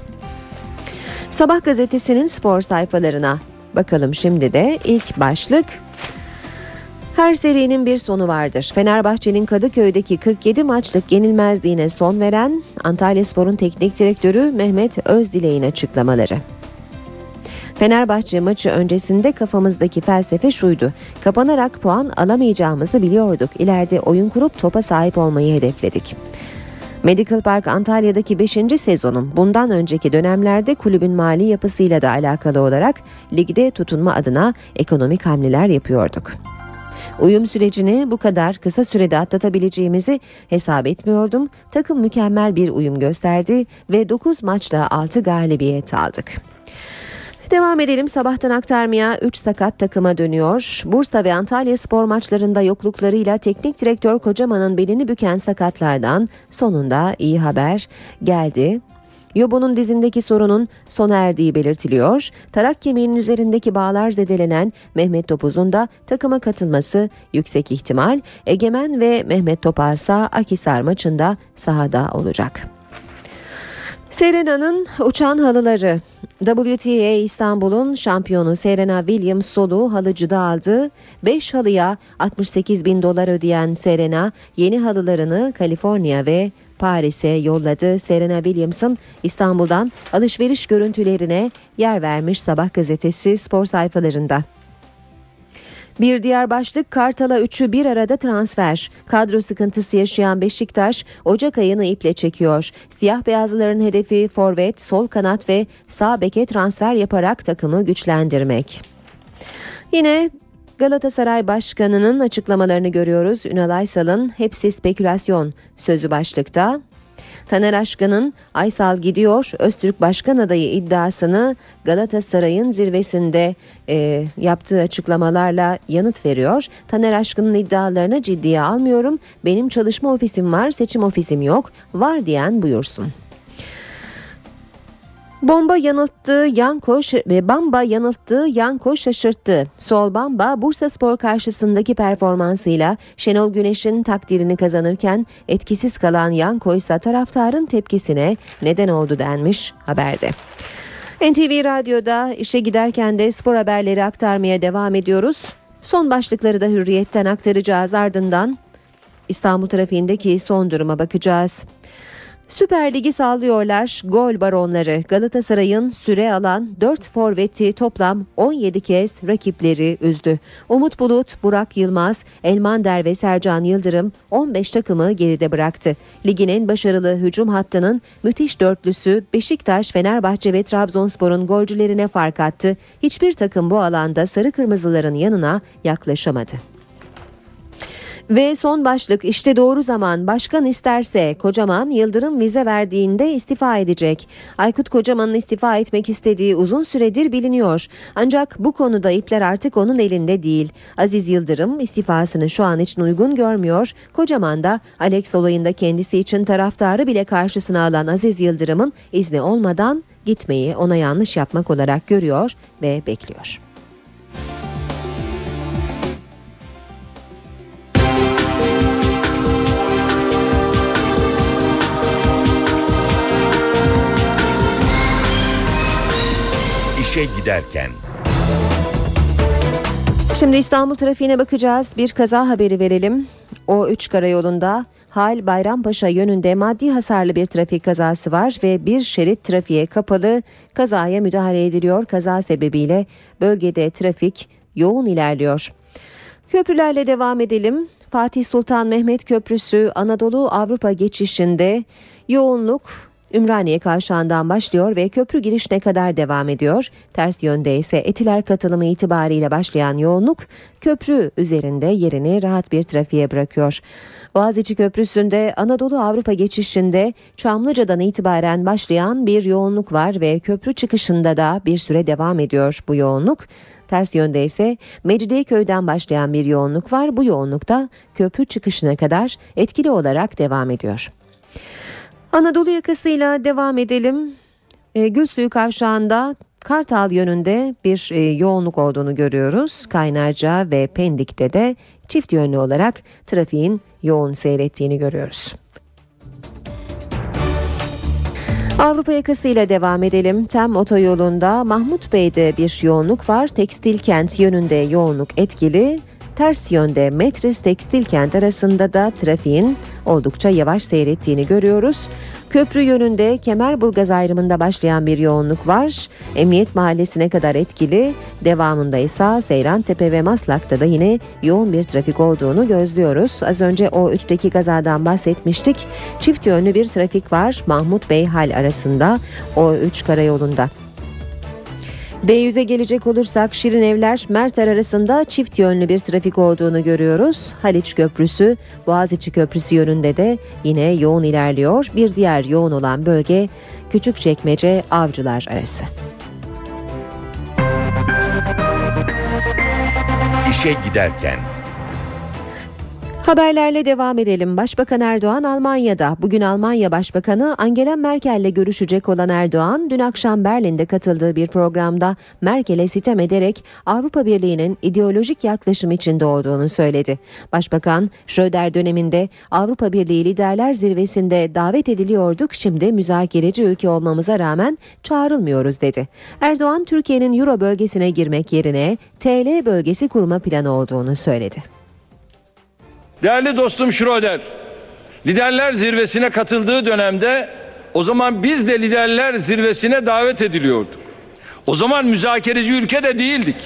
[SPEAKER 3] Sabah gazetesinin spor sayfalarına bakalım şimdi de. İlk başlık: her serinin bir sonu vardır. Fenerbahçe'nin Kadıköy'deki kırk yedi maçlık yenilmezliğine son veren Antalyaspor'un teknik direktörü Mehmet Özdilek'in açıklamaları. Fenerbahçe maçı öncesinde kafamızdaki felsefe şuydu: kapanarak puan alamayacağımızı biliyorduk. İleride oyun kurup topa sahip olmayı hedefledik. Medical Park Antalya'daki beşinci sezonum. Bundan önceki dönemlerde kulübün mali yapısıyla da alakalı olarak ligde tutunma adına ekonomik hamleler yapıyorduk. Uyum sürecini bu kadar kısa sürede atlatabileceğimizi hesap etmiyordum. Takım mükemmel bir uyum gösterdi ve dokuz maçta altı galibiyet aldık. Devam edelim sabahtan aktarmaya. üç sakat takıma dönüyor. Bursa ve Antalyaspor maçlarında yokluklarıyla teknik direktör Kocaman'ın belini büken sakatlardan sonunda iyi haber geldi. Yobo'nun dizindeki sorunun sona erdiği belirtiliyor. Tarak kemiğinin üzerindeki bağlar zedelenen Mehmet Topuz'un da takıma katılması yüksek ihtimal. Egemen ve Mehmet Topal ise Akhisar maçında sahada olacak. Serena'nın uçan halıları. W T A İstanbul'un şampiyonu Serena Williams soluğu halıcıda aldı. beş halıya altmış sekiz bin dolar ödeyen Serena yeni halılarını Kaliforniya ve Paris'e yolladı. Serena Williams'ın İstanbul'dan alışveriş görüntülerine yer vermiş Sabah gazetesi spor sayfalarında. Bir diğer başlık, Kartal'a üçü bir arada transfer. Kadro sıkıntısı yaşayan Beşiktaş Ocak ayını iple çekiyor. Siyah beyazlıların hedefi forvet, sol kanat ve sağ beke transfer yaparak takımı güçlendirmek. Yine Galatasaray Başkanı'nın açıklamalarını görüyoruz. Ünal Aysal'ın hepsi spekülasyon sözü başlıkta. Taner Aşkan'ın Aysal gidiyor, Öztürk Başkan adayı iddiasını Galatasaray'ın zirvesinde e, yaptığı açıklamalarla yanıt veriyor. Taner Aşkan'ın iddialarını ciddiye almıyorum. Benim çalışma ofisim var, seçim ofisim yok. Var diyen buyursun. Bomba yanılttı, Yanko ve Bamba yanılttı, Yanko şaşırttı. Sol Bamba Bursaspor karşısındaki performansıyla Şenol Güneş'in takdirini kazanırken etkisiz kalan Yanko ise taraftarın tepkisine neden oldu denmiş haberde. N T V Radyo'da işe giderken de spor haberleri aktarmaya devam ediyoruz. Son başlıkları da Hürriyet'ten aktaracağız, ardından İstanbul trafiğindeki son duruma bakacağız. Süper Lig'i sallıyorlar gol baronları. Galatasaray'ın süre alan dört forveti toplam on yedi kez rakipleri üzdü. Umut Bulut, Burak Yılmaz, Elmander ve Sercan Yıldırım on beş takımı geride bıraktı. Ligin en başarılı hücum hattının müthiş dörtlüsü Beşiktaş, Fenerbahçe ve Trabzonspor'un golcülerine fark attı. Hiçbir takım bu alanda sarı kırmızıların yanına yaklaşamadı. Ve son başlık, işte doğru zaman, başkan isterse Kocaman Yıldırım vize verdiğinde istifa edecek. Aykut Kocaman'ın istifa etmek istediği uzun süredir biliniyor. Ancak bu konuda ipler artık onun elinde değil. Aziz Yıldırım istifasını şu an için uygun görmüyor. Kocaman da Alex olayında kendisi için taraftarı bile karşısına alan Aziz Yıldırım'ın izni olmadan gitmeyi ona yanlış yapmak olarak görüyor ve bekliyor.
[SPEAKER 1] İşe giderken.
[SPEAKER 3] Şimdi İstanbul trafiğine bakacağız. Bir kaza haberi verelim. O üç karayolunda Hal Bayrampaşa yönünde maddi hasarlı bir trafik kazası var ve bir şerit trafiğe kapalı. Kazaya müdahale ediliyor. Kaza sebebiyle bölgede trafik yoğun ilerliyor. Köprülerle devam edelim. Fatih Sultan Mehmet Köprüsü Anadolu Avrupa geçişinde yoğunluk Ümraniye Kavşağı'ndan başlıyor ve köprü girişine kadar devam ediyor. Ters yönde ise Etiler katılımı itibariyle başlayan yoğunluk köprü üzerinde yerini rahat bir trafiğe bırakıyor. Boğaziçi Köprüsü'nde Anadolu Avrupa geçişinde Çamlıca'dan itibaren başlayan bir yoğunluk var ve köprü çıkışında da bir süre devam ediyor bu yoğunluk. Ters yönde ise Mecidiyeköy'den başlayan bir yoğunluk var. Bu yoğunluk da köprü çıkışına kadar etkili olarak devam ediyor. Anadolu yakasıyla devam edelim. E, Gülsuyu Kavşağı'nda Kartal yönünde bir e, yoğunluk olduğunu görüyoruz. Kaynarca ve Pendik'te de çift yönlü olarak trafiğin yoğun seyrettiğini görüyoruz. Avrupa yakasıyla devam edelim. Tem otoyolunda Mahmut Bey'de bir yoğunluk var. Tekstil Kent yönünde yoğunluk etkili. Ters yönde Metris Tekstil Kent arasında da trafiğin oldukça yavaş seyrettiğini görüyoruz. Köprü yönünde Kemerburgaz ayrımında başlayan bir yoğunluk var. Emniyet Mahallesi'ne kadar etkili. Devamında ise Seyrantepe ve Maslak'ta da yine yoğun bir trafik olduğunu gözlüyoruz. Az önce O üçteki kazadan bahsetmiştik. Çift yönlü bir trafik var Mahmut Bey Hal arasında O üç karayolunda. D yüze gelecek olursak Şirinevler Merter arasında çift yönlü bir trafik olduğunu görüyoruz. Haliç Köprüsü, Boğaziçi Köprüsü yönünde de yine yoğun ilerliyor. Bir diğer yoğun olan bölge Küçükçekmece Avcılar arası.
[SPEAKER 1] İşe giderken.
[SPEAKER 3] Haberlerle devam edelim. Başbakan Erdoğan Almanya'da. Bugün Almanya Başbakanı Angela Merkel'le görüşecek olan Erdoğan, dün akşam Berlin'de katıldığı bir programda Merkel'e sitem ederek Avrupa Birliği'nin ideolojik yaklaşım içinde olduğunu söyledi. Başbakan, Schröder döneminde Avrupa Birliği Liderler Zirvesi'nde davet ediliyorduk, şimdi müzakereci ülke olmamıza rağmen çağrılmıyoruz dedi. Erdoğan, Türkiye'nin Euro bölgesine girmek yerine T L bölgesi kurma planı olduğunu söyledi.
[SPEAKER 2] Değerli dostum Schröder, Liderler Zirvesi'ne katıldığı dönemde o zaman biz de Liderler Zirvesi'ne davet ediliyorduk. O zaman müzakereci ülke de değildik.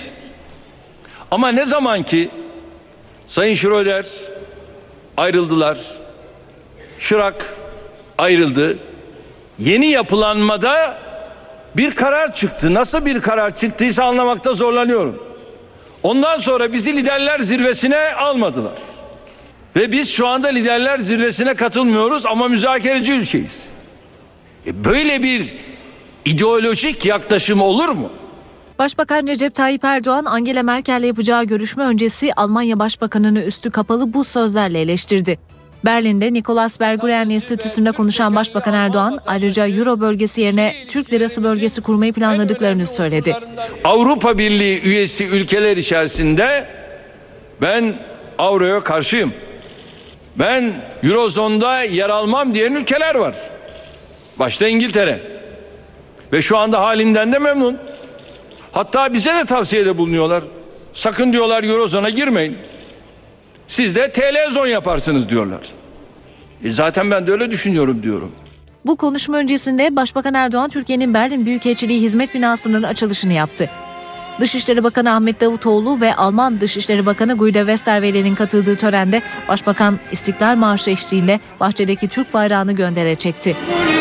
[SPEAKER 2] Ama ne zaman ki Sayın Schröder ayrıldılar, Chirac ayrıldı, yeni yapılanmada bir karar çıktı. Nasıl bir karar çıktıysa anlamakta zorlanıyorum. Ondan sonra bizi Liderler Zirvesi'ne almadılar. Ve biz şu anda Liderler Zirvesi'ne katılmıyoruz ama müzakereci ülkeyiz. E böyle bir ideolojik yaklaşım olur mu?
[SPEAKER 12] Başbakan Recep Tayyip Erdoğan, Angela Merkel'le yapacağı görüşme öncesi Almanya Başbakanı'nı üstü kapalı bu sözlerle eleştirdi. Berlin'de Nikolaus Berggruen Enstitüsü'nde konuşan Başbakan Erdoğan, ayrıca Euro bölgesi yerine Türk Lirası bölgesi kurmayı planladıklarını söyledi.
[SPEAKER 2] Avrupa Birliği üyesi ülkeler içerisinde ben Avro'ya karşıyım. Ben Eurozon'da yer almam diyen ülkeler var. Başta İngiltere. Ve şu anda halinden de memnun. Hatta bize de tavsiyede bulunuyorlar. Sakın diyorlar Eurozon'a girmeyin. Siz de T L zon yaparsınız diyorlar. E zaten ben de öyle düşünüyorum diyorum.
[SPEAKER 12] Bu konuşma öncesinde Başbakan Erdoğan, Türkiye'nin Berlin Büyükelçiliği Hizmet Binası'nın açılışını yaptı. Dışişleri Bakanı Ahmet Davutoğlu ve Alman Dışişleri Bakanı Guido Westerwelle'nin katıldığı törende Başbakan İstiklal Marşı eşliğinde bahçedeki Türk bayrağını göndere çekti.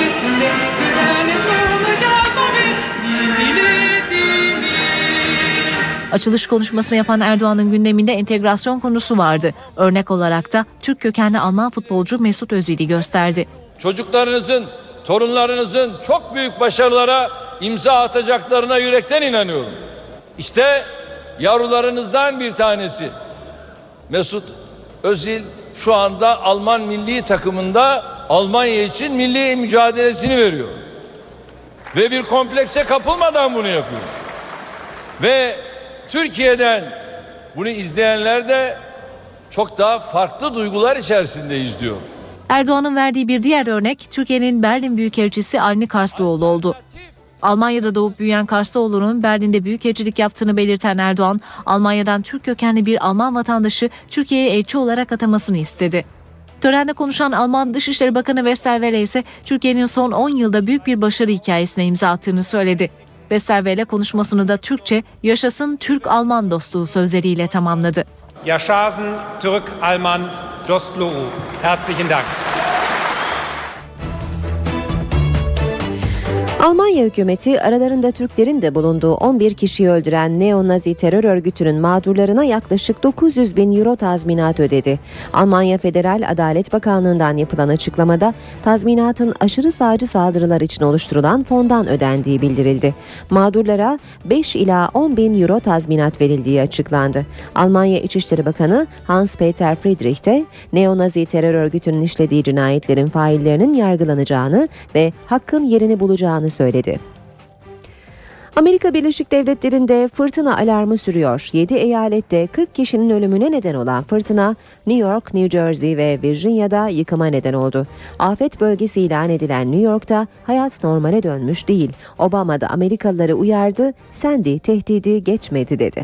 [SPEAKER 12] Açılış konuşmasını yapan Erdoğan'ın gündeminde entegrasyon konusu vardı. Örnek olarak da Türk kökenli Alman futbolcu Mesut Özil'i gösterdi.
[SPEAKER 2] Çocuklarınızın, torunlarınızın çok büyük başarılara imza atacaklarına yürekten inanıyorum. İşte yavrularınızdan bir tanesi Mesut Özil şu anda Alman milli takımında Almanya için milli mücadelesini veriyor. Ve bir komplekse kapılmadan bunu yapıyor. Ve Türkiye'den bunu izleyenler de çok daha farklı duygular içerisinde izliyor.
[SPEAKER 12] Erdoğan'ın verdiği bir diğer örnek Türkiye'nin Berlin Büyükelçisi Avni Karslıoğlu oldu. Almanya'da doğup büyüyen Karslıoğlu'nun Berlin'de büyükelçilik yaptığını belirten Erdoğan, Almanya'dan Türk kökenli bir Alman vatandaşı Türkiye'ye elçi olarak atamasını istedi. Törende konuşan Alman Dışişleri Bakanı Westerwelle ise Türkiye'nin son on yılda büyük bir başarı hikayesine imza attığını söyledi. Westerwelle konuşmasını da Türkçe "Yaşasın Türk-Alman dostluğu" sözleriyle tamamladı.
[SPEAKER 13] Yaşasın Türk-Alman dostluğu. Herzlichen Dank.
[SPEAKER 3] Almanya hükümeti aralarında Türklerin de bulunduğu on bir kişiyi öldüren neo-Nazi terör örgütünün mağdurlarına yaklaşık dokuz yüz bin euro tazminat ödedi. Almanya Federal Adalet Bakanlığı'ndan yapılan açıklamada tazminatın aşırı sağcı saldırılar için oluşturulan fondan ödendiği bildirildi. Mağdurlara beş ila on bin euro tazminat verildiği açıklandı. Almanya İçişleri Bakanı Hans-Peter Friedrich de neo-Nazi terör örgütünün işlediği cinayetlerin faillerinin yargılanacağını ve hakkın yerini bulacağını söyledi. Amerika Birleşik Devletleri'nde fırtına alarmı sürüyor. yedi eyalette kırk kişinin ölümüne neden olan fırtına New York, New Jersey ve Virginia'da yıkıma neden oldu. Afet bölgesi ilan edilen New York'ta hayat normale dönmüş değil. Obama da Amerikalıları uyardı, Sandy tehdidi geçmedi dedi.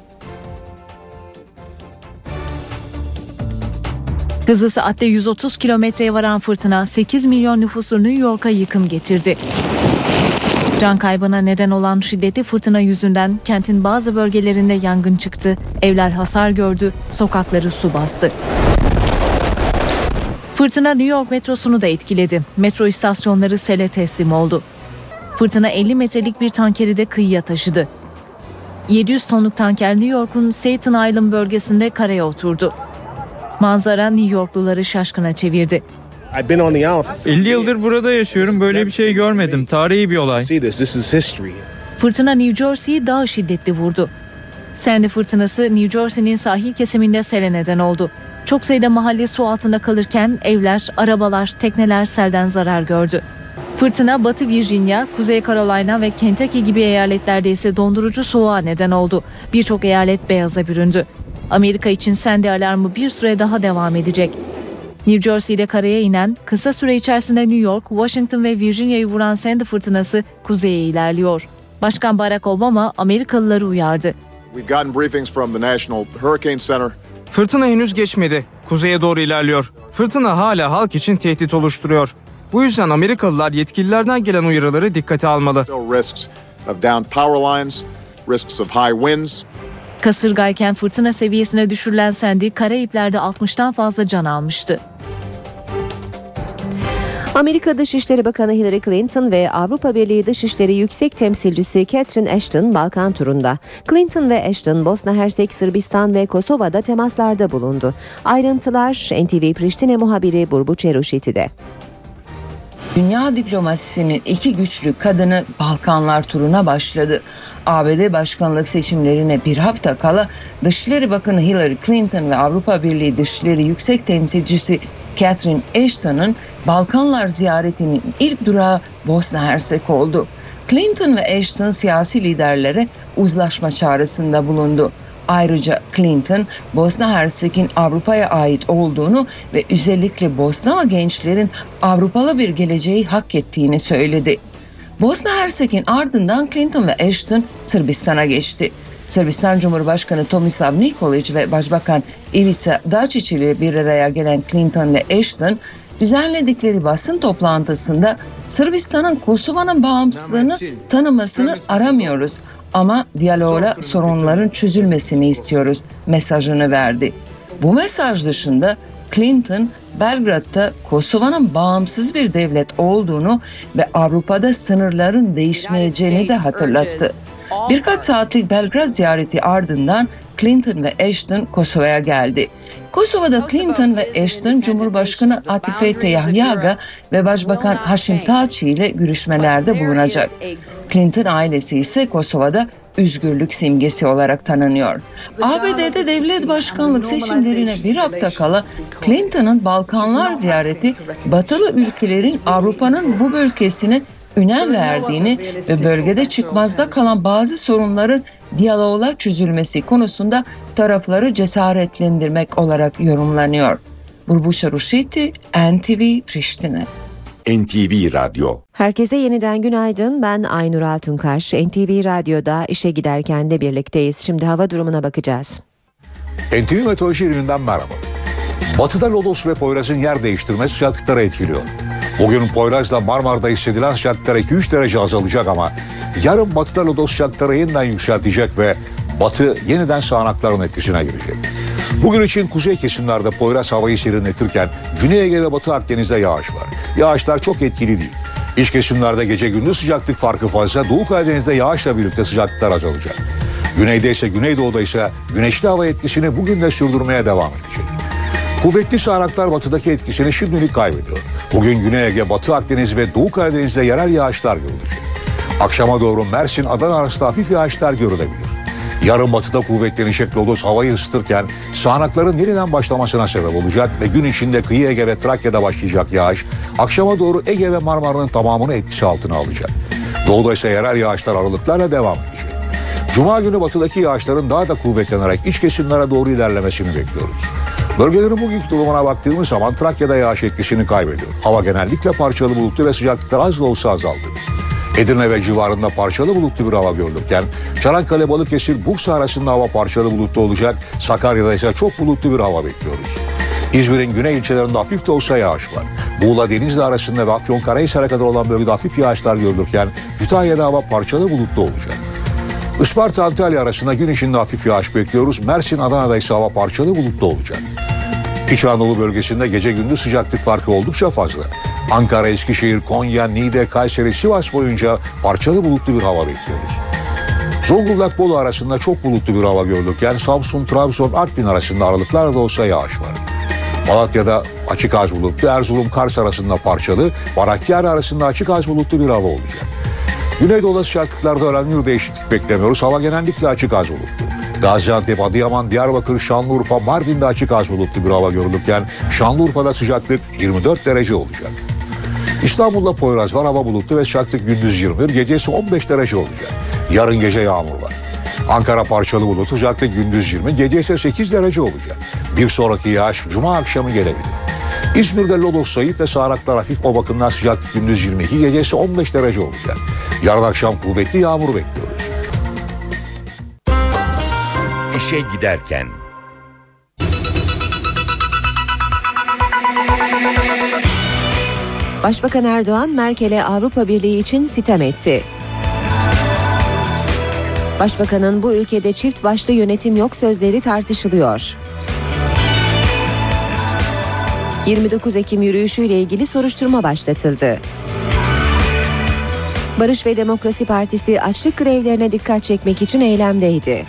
[SPEAKER 12] Hızı saatte yüz otuz kilometreye varan fırtına sekiz milyon nüfuslu New York'a yıkım getirdi. Can kaybına neden olan şiddetli fırtına yüzünden kentin bazı bölgelerinde yangın çıktı, evler hasar gördü, sokakları su bastı. Fırtına New York metrosunu da etkiledi. Metro istasyonları sele teslim oldu. Fırtına elli metrelik bir tankeri de kıyıya taşıdı. yedi yüz tonluk tanker New York'un Staten Island bölgesinde karaya oturdu. Manzara New Yorkluları şaşkına çevirdi.
[SPEAKER 14] elli yıldır burada yaşıyorum. Böyle bir şey görmedim. Tarihi bir olay.
[SPEAKER 12] Fırtına New Jersey'yi daha şiddetli vurdu. Sandy fırtınası New Jersey'nin sahil kesiminde sele neden oldu. Çok sayıda mahalle su altında kalırken evler, arabalar, tekneler selden zarar gördü. Fırtına Batı Virginia, Kuzey Carolina ve Kentucky gibi eyaletlerde ise dondurucu soğuğa neden oldu. Birçok eyalet beyaza büründü. Amerika için Sandy alarmı bir süre daha devam edecek. New Jersey'de karaya inen, kısa süre içerisinde New York, Washington ve Virginia'yı vuran Sandy fırtınası kuzeye ilerliyor. Başkan Barack Obama Amerikalıları uyardı.
[SPEAKER 15] Fırtına henüz geçmedi. Kuzeye doğru ilerliyor. Fırtına hala halk için tehdit oluşturuyor. Bu yüzden Amerikalılar yetkililerden gelen uyarıları dikkate almalı.
[SPEAKER 12] Kasırgayken fırtına seviyesine düşürülen Sandy, Karayipler'de altmıştan fazla can almıştı.
[SPEAKER 3] Amerika Dışişleri Bakanı Hillary Clinton ve Avrupa Birliği Dışişleri Yüksek Temsilcisi Catherine Ashton Balkan turunda. Clinton ve Ashton, Bosna Hersek, Sırbistan ve Kosova'da temaslarda bulundu. Ayrıntılar N T V Priştine muhabiri Burbu Çeruşiti'de.
[SPEAKER 16] Dünya diplomasisinin iki güçlü kadını Balkanlar turuna başladı. A B D başkanlık seçimlerine bir hafta kala Dışişleri Bakanı Hillary Clinton ve Avrupa Birliği Dışişleri Yüksek Temsilcisi Catherine Ashton'ın Balkanlar ziyaretinin ilk durağı Bosna Hersek oldu. Clinton ve Ashton siyasi liderlere uzlaşma çağrısında bulundu. Ayrıca Clinton, Bosna Hersek'in Avrupa'ya ait olduğunu ve özellikle Bosnalı gençlerin Avrupalı bir geleceği hak ettiğini söyledi. Bosna Hersek'in ardından Clinton ve Ashton Sırbistan'a geçti. Sırbistan Cumhurbaşkanı Tomislav Nikolić ve Başbakan Ivica Dačić ile bir araya gelen Clinton ve Ashton, düzenledikleri basın toplantısında Sırbistan'ın Kosova'nın bağımsızlığını tanımasını aramıyoruz ama diyalogla sorunların çözülmesini istiyoruz mesajını verdi. Bu mesaj dışında Clinton, Belgrad'da Kosova'nın bağımsız bir devlet olduğunu ve Avrupa'da sınırların değişmeyeceğini de hatırlattı. Birkaç saatlik Belgrad ziyareti ardından Clinton ve Ashton Kosova'ya geldi. Kosova'da Clinton ve Ashton, Cumhurbaşkanı Atifete Yahyaga ve Başbakan Haşim Taçi ile görüşmelerde bulunacak. Clinton ailesi ise Kosova'da özgürlük simgesi olarak tanınıyor. A B D'de devlet başkanlık seçimlerine bir hafta kala Clinton'ın Balkanlar ziyareti, batılı ülkelerin Avrupa'nın bu bölgesine önem verdiğini ve bölgede çıkmazda kalan bazı sorunların diyalogla çözülmesi konusunda tarafları cesaretlendirmek olarak yorumlanıyor. Burbu Çaruşiti, N T V Priştine.
[SPEAKER 1] N T V Radyo.
[SPEAKER 3] Herkese yeniden günaydın. Ben Aynur Altunkaş. N T V Radyo'da işe giderken de birlikteyiz. Şimdi hava durumuna bakacağız.
[SPEAKER 17] N T V Meteoroloji Ürünü'nden merhaba. Batıda lodos ve Poyraz'ın yer değiştirmesi sıcaklıkları etkiliyor. Bugün Poyraz'la Marmara'da hissedilen sıcaklıklar iki üç derece azalacak ama yarın batıda lodos sıcaklıkları yeniden yükseltecek ve batı yeniden sağanakların etkisine girecek. Bugün için kuzey kesimlerde Poyraz havayı serinletirken Güney Ege ve Batı Akdeniz'de yağış var. Yağışlar çok etkili değil. İç kesimlerde gece gündüz sıcaklık farkı fazla. Doğu Karadeniz'de yağışla birlikte sıcaklıklar azalacak. Güneyde ise Güneydoğu'da ise güneşli hava etkisini bugün de sürdürmeye devam edecek. Kuvvetli sağanaklar batıdaki etkisini şimdilik kaybediyor. Bugün Güney Ege, Batı Akdeniz ve Doğu Karadeniz'de yerel yağışlar görülecek. Akşama doğru Mersin, Adana arasında hafif yağışlar görülebilir. Yarın batıda kuvvetlenecek lodos havayı ısıtırken sağanakların yeniden başlamasına sebep olacak ve gün içinde kıyı Ege ve Trakya'da başlayacak yağış akşama doğru Ege ve Marmara'nın tamamını etkisi altına alacak. Doğuda ise yerel yağışlar aralıklarla devam edecek. Cuma günü batıdaki yağışların daha da kuvvetlenerek iç kesimlere doğru ilerlemesini bekliyoruz. Bölgelerin bugünkü durumuna baktığımız zaman Trakya'da yağış etkisini kaybediyor. Hava genellikle parçalı bulutlu ve sıcaklıklar az da olsa azaldı. Edirne ve civarında parçalı bulutlu bir hava görülürken Çanakkale, Balıkesir, Bursa arasında hava parçalı bulutlu olacak. Sakarya'da ise çok bulutlu bir hava bekliyoruz. İzmir'in güney ilçelerinde hafif de olsa yağış var. Muğla, Denizli arasında ve Afyonkarahisar'a kadar olan bölgede hafif yağışlar görülürken Kütahya'da hava parçalı bulutlu olacak. Isparta, Antalya arasında gün içinde hafif yağış bekliyoruz. Mersin, Adana'da ise hava parçalı bulutlu olacak. İç Anadolu bölgesinde gece gündüz sıcaklık farkı oldukça fazla. Ankara, Eskişehir, Konya, Niğde, Kayseri, Sivas boyunca parçalı bulutlu bir hava bekliyoruz. Zonguldak, Bolu arasında çok bulutlu bir hava görülürken Samsun, Trabzon, Artvin arasında aralıklarla da olsa yağış var. Malatya'da açık az bulutlu, Erzurum, Kars arasında parçalı, Hakkari arasında açık az bulutlu bir hava olacak. Güneydoğu'da sıcaklıklarda önemli bir değişiklik beklemiyoruz. Hava genellikle açık az bulutlu. Gaziantep, Adıyaman, Diyarbakır, Şanlıurfa, Mardin'de açık az bulutlu bir hava görülürken Şanlıurfa'da sıcaklık yirmi dört derece olacak. İstanbul'da Poyraz var, hava bulutlu ve sıcaklık gündüz yirmi bir, gecesi on beş derece olacak. Yarın gece yağmur var. Ankara parçalı bulutlu, sıcaklık gündüz yirmi, gece ise sekiz derece olacak. Bir sonraki yağış Cuma akşamı gelebilir. İzmir'de lodos zayıf ve sağanaklar hafif, o bakımdan sıcaklık gündüz yirmi iki, gecesi on beş derece olacak. Yarın akşam kuvvetli yağmur bekliyoruz.
[SPEAKER 1] İşe giderken.
[SPEAKER 3] Başbakan Erdoğan, Merkel'e Avrupa Birliği için sitem etti. Başbakanın bu ülkede çift başlı yönetim yok sözleri tartışılıyor. yirmi dokuz Ekim yürüyüşüyle ilgili soruşturma başlatıldı. Barış ve Demokrasi Partisi açlık grevlerine dikkat çekmek için eylemdeydi.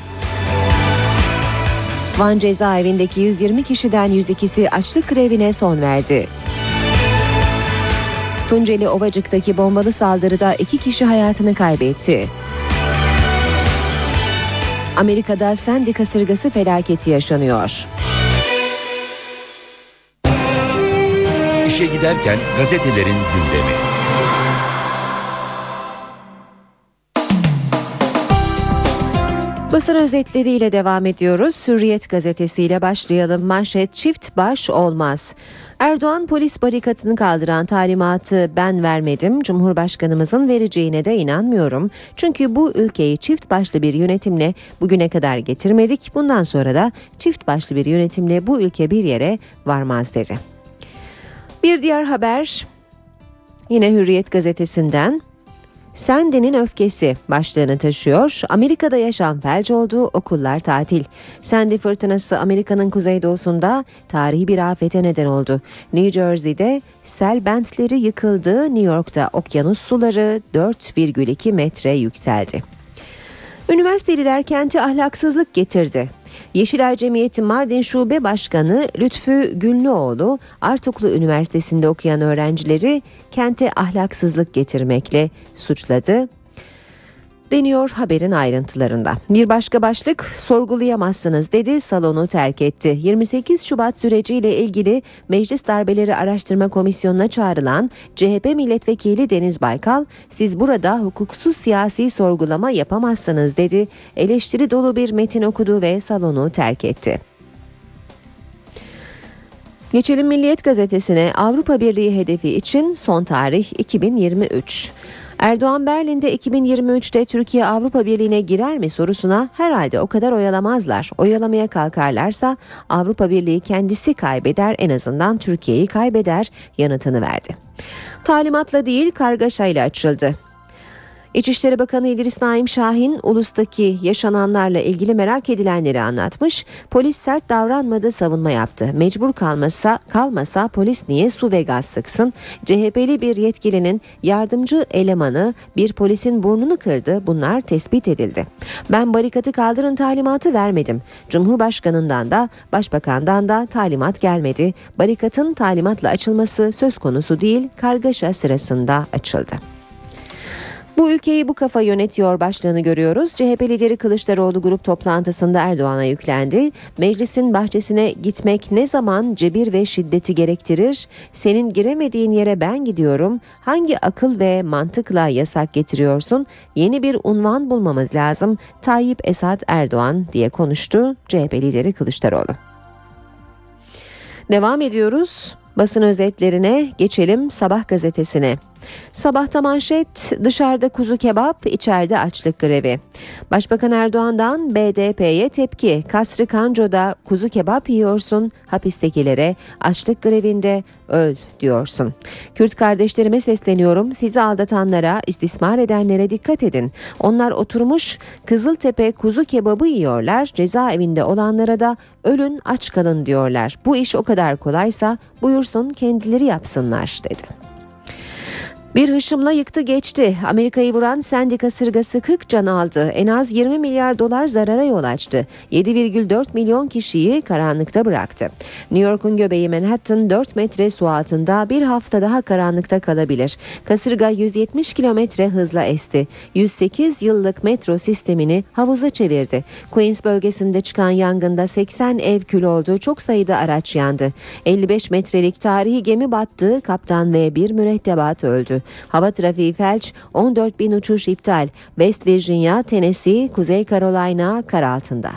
[SPEAKER 3] Van cezaevindeki yüz yirmi kişiden yüz ikisi açlık grevine son verdi. Tunceli Ovacık'taki bombalı saldırıda iki kişi hayatını kaybetti. Amerika'da Sandy kasırgası felaketi yaşanıyor.
[SPEAKER 1] İşe giderken gazetelerin gündemi.
[SPEAKER 3] Basın özetleriyle devam ediyoruz. Hürriyet gazetesiyle başlayalım. Manşet: çift baş olmaz. Erdoğan polis barikatını kaldıran talimatı ben vermedim. Cumhurbaşkanımızın vereceğine de inanmıyorum. Çünkü bu ülkeyi çift başlı bir yönetimle bugüne kadar getirmedik. Bundan sonra da çift başlı bir yönetimle bu ülke bir yere varmaz dedi. Bir diğer haber yine Hürriyet gazetesinden. Sandy'nin öfkesi başlığını taşıyor. Amerika'da yaşam felç oldu, okullar tatil. Sandy fırtınası Amerika'nın kuzeydoğusunda tarihi bir afete neden oldu. New Jersey'de sel bentleri yıkıldı. New York'ta okyanus suları dört virgül iki metre yükseldi. Üniversiteliler kenti ahlaksızlık getirdi. Yeşilay Cemiyeti Mardin Şube Başkanı Lütfü Günlüoğlu, Artuklu Üniversitesi'nde okuyan öğrencileri kente ahlaksızlık getirmekle suçladı. Deniyor haberin ayrıntılarında. Bir başka başlık: sorgulayamazsınız dedi, salonu terk etti. yirmi sekiz Şubat süreciyle ilgili Meclis Darbeleri Araştırma Komisyonu'na çağrılan C H P Milletvekili Deniz Baykal, siz burada hukuksuz siyasi sorgulama yapamazsınız dedi. Eleştiri dolu bir metin okudu ve salonu terk etti. Geçelim Milliyet gazetesine. Avrupa Birliği hedefi için son tarih iki bin yirmi üç. Erdoğan Berlin'de iki bin yirmi üçte Türkiye Avrupa Birliği'ne girer mi sorusuna herhalde o kadar oyalamazlar. Oyalamaya kalkarlarsa Avrupa Birliği kendisi kaybeder, en azından Türkiye'yi kaybeder yanıtını verdi. Talimatla değil kargaşayla açıldı. İçişleri Bakanı İdris Naim Şahin, ulustaki yaşananlarla ilgili merak edilenleri anlatmış. Polis sert davranmadı, savunma yaptı. Mecbur kalmasa, kalmasa polis niye su ve gaz sıksın? C H P'li bir yetkilinin yardımcı elemanı bir polisin burnunu kırdı. Bunlar tespit edildi. Ben barikatı kaldırın talimatı vermedim. Cumhurbaşkanından da Başbakandan da talimat gelmedi. Barikatın talimatla açılması söz konusu değil, kargaşa sırasında açıldı. Bu ülkeyi bu kafa yönetiyor başlığını görüyoruz. C H P lideri Kılıçdaroğlu grup toplantısında Erdoğan'a yüklendi. Meclisin bahçesine gitmek ne zaman cebir ve şiddeti gerektirir? Senin giremediğin yere ben gidiyorum. Hangi akıl ve mantıkla yasak getiriyorsun? Yeni bir unvan bulmamız lazım. Tayyip Esad Erdoğan diye konuştu C H P lideri Kılıçdaroğlu. Devam ediyoruz. Basın özetlerine geçelim. Sabah gazetesine. Sabahta manşet, dışarıda kuzu kebap, içeride açlık grevi. Başbakan Erdoğan'dan B D P'ye tepki. Kasrı Kanco'da kuzu kebap yiyorsun, hapistekilere açlık grevinde öl diyorsun. Kürt kardeşlerime sesleniyorum, sizi aldatanlara, istismar edenlere dikkat edin. Onlar oturmuş Kızıltepe kuzu kebabı yiyorlar, cezaevinde olanlara da ölün aç kalın diyorlar. Bu iş o kadar kolaysa buyursun kendileri yapsınlar dedi. Bir hışımla yıktı geçti. Amerika'yı vuran Sandy kasırgası kırk can aldı. En az yirmi milyar dolar zarara yol açtı. yedi virgül dört milyon kişiyi karanlıkta bıraktı. New York'un göbeği Manhattan dört metre su altında, bir hafta daha karanlıkta kalabilir. Kasırga yüz yetmiş kilometre hızla esti. yüz sekiz yıllık metro sistemini havuza çevirdi. Queens bölgesinde çıkan yangında seksen ev kül oldu. Çok sayıda araç yandı. elli beş metrelik tarihi gemi battı. Kaptan ve bir mürettebat öldü. Hava trafiği felç, on dört bin uçuş iptal. West Virginia, Tennessee, Kuzey Carolina kar altında.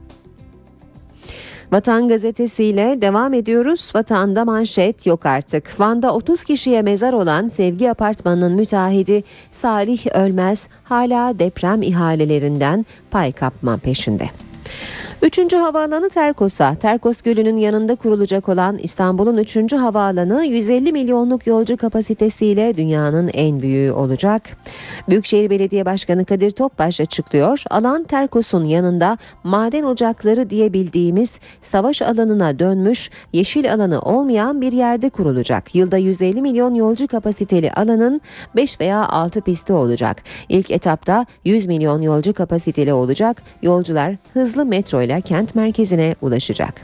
[SPEAKER 3] Vatan gazetesiyle devam ediyoruz. Vatan'da manşet yok artık. Van'da otuz kişiye mezar olan Sevgi Apartmanı'nın müteahhidi Salih Ölmez hala deprem ihalelerinden pay kapma peşinde. Üçüncü havaalanı Terkos'a, Terkos Gölü'nün yanında kurulacak olan İstanbul'un üçüncü havaalanı yüz elli milyonluk yolcu kapasitesiyle dünyanın en büyüğü olacak. Büyükşehir Belediye Başkanı Kadir Topbaş açıklıyor. Alan Terkos'un yanında maden ocakları diye bildiğimiz savaş alanına dönmüş, yeşil alanı olmayan bir yerde kurulacak. Yılda yüz elli milyon yolcu kapasiteli alanın beş veya altı pisti olacak. İlk etapta yüz milyon yolcu kapasiteli olacak. Yolcular hızlı metro ile kent merkezine ulaşacak.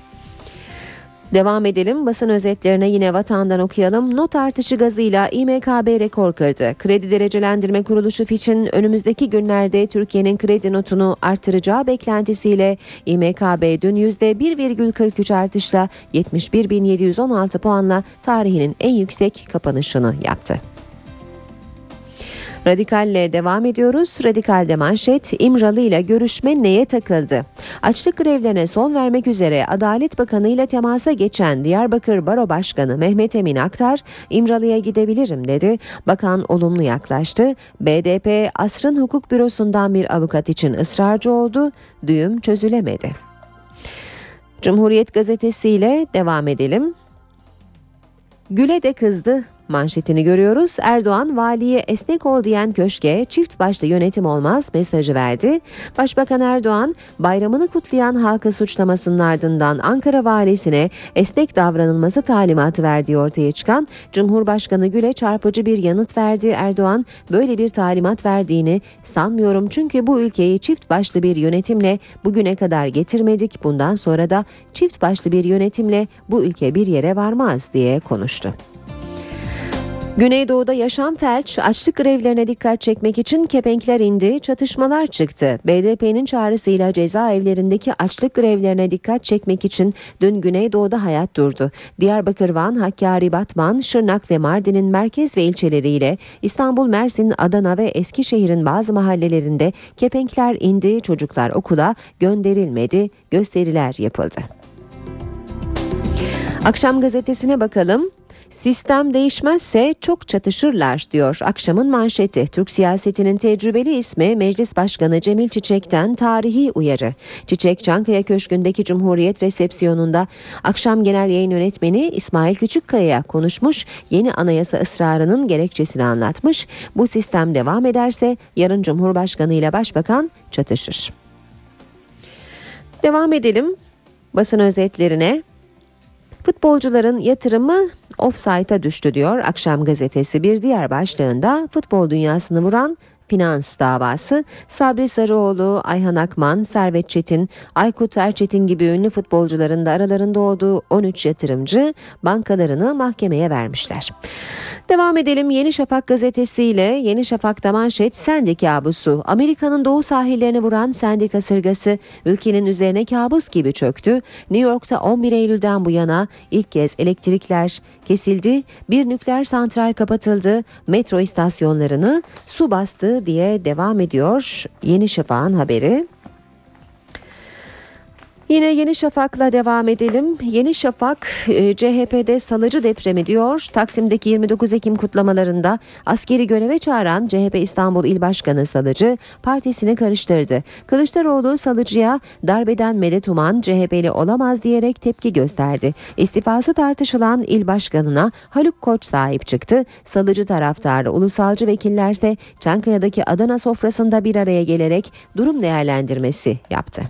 [SPEAKER 3] Devam edelim. Basın özetlerine yine Vatan'dan okuyalım. Not artışı gazıyla İ M K B rekor kırdı. Kredi Derecelendirme Kuruluşu Fitch'in önümüzdeki günlerde Türkiye'nin kredi notunu artıracağı beklentisiyle İ M K B dün yüzde bir virgül kırk üç artışla yetmiş bir bin yedi yüz on altı puanla tarihinin en yüksek kapanışını yaptı. Radikal'le devam ediyoruz. Radikal'de manşet, İmralı ile görüşme neye takıldı? Açlık grevlerine son vermek üzere Adalet Bakanı ile temasa geçen Diyarbakır Baro Başkanı Mehmet Emin Aktar, İmralı'ya gidebilirim dedi. Bakan olumlu yaklaştı. B D P Asrın Hukuk Bürosu'ndan bir avukat için ısrarcı oldu. Düğüm çözülemedi. Cumhuriyet gazetesiyle devam edelim. Gül'e de kızdı manşetini görüyoruz. Erdoğan valiye esnek ol diyen köşke çift başlı yönetim olmaz mesajı verdi. Başbakan Erdoğan bayramını kutlayan halkı suçlamasının ardından Ankara valisine esnek davranılması talimatı verdiği ortaya çıkan Cumhurbaşkanı Gül'e çarpıcı bir yanıt verdi. Erdoğan böyle bir talimat verdiğini sanmıyorum çünkü bu ülkeyi çift başlı bir yönetimle bugüne kadar getirmedik. Bundan sonra da çift başlı bir yönetimle bu ülke bir yere varmaz diye konuştu. Güneydoğu'da yaşam felç, açlık grevlerine dikkat çekmek için kepenkler indi, çatışmalar çıktı. B D P'nin çağrısıyla cezaevlerindeki açlık grevlerine dikkat çekmek için dün Güneydoğu'da hayat durdu. Diyarbakır, Van, Hakkari, Batman, Şırnak ve Mardin'in merkez ve ilçeleriyle İstanbul, Mersin, Adana ve Eskişehir'in bazı mahallelerinde kepenkler indi, çocuklar okula gönderilmedi, gösteriler yapıldı. Akşam gazetesine bakalım. Sistem değişmezse çok çatışırlar diyor akşamın manşeti. Türk siyasetinin tecrübeli ismi Meclis Başkanı Cemil Çiçek'ten tarihi uyarı. Çiçek, Çankaya Köşkü'ndeki Cumhuriyet resepsiyonunda akşam genel yayın yönetmeni İsmail Küçükkaya'ya konuşmuş, yeni anayasa ısrarının gerekçesini anlatmış. Bu sistem devam ederse yarın Cumhurbaşkanı ile Başbakan çatışır. Devam edelim basın özetlerine. Futbolcuların yatırımı ofsayta düştü diyor Akşam gazetesi. Bir diğer başlığında futbol dünyasını vuran finans davası. Sabri Sarıoğlu, Ayhan Akman, Servet Çetin, Aykut Erçetin gibi ünlü futbolcuların da aralarında olduğu on üç yatırımcı bankalarını mahkemeye vermişler. Devam edelim Yeni Şafak gazetesiyle. Yeni Şafak'ta manşet Sandy kabusu. Amerika'nın doğu sahillerini vuran Sandy kasırgası ülkenin üzerine kabus gibi çöktü. New York'ta on bir Eylül'den bu yana ilk kez elektrikler kesildi. Bir nükleer santral kapatıldı. Metro istasyonlarını su bastı diye devam ediyor Yeni Şafak'ın haberi. Yine Yeni Şafak'la devam edelim. Yeni Şafak C H P'de salıcı depremi diyor. Taksim'deki yirmi dokuz Ekim kutlamalarında askeri göreve çağıran C H P İstanbul İl Başkanı Salıcı partisini karıştırdı. Kılıçdaroğlu Salıcı'ya darbeden medet uman C H P'li olamaz diyerek tepki gösterdi. İstifası tartışılan il başkanına Haluk Koç sahip çıktı. Salıcı taraftarı ulusalcı vekillerse Çankaya'daki Adana sofrasında bir araya gelerek durum değerlendirmesi yaptı.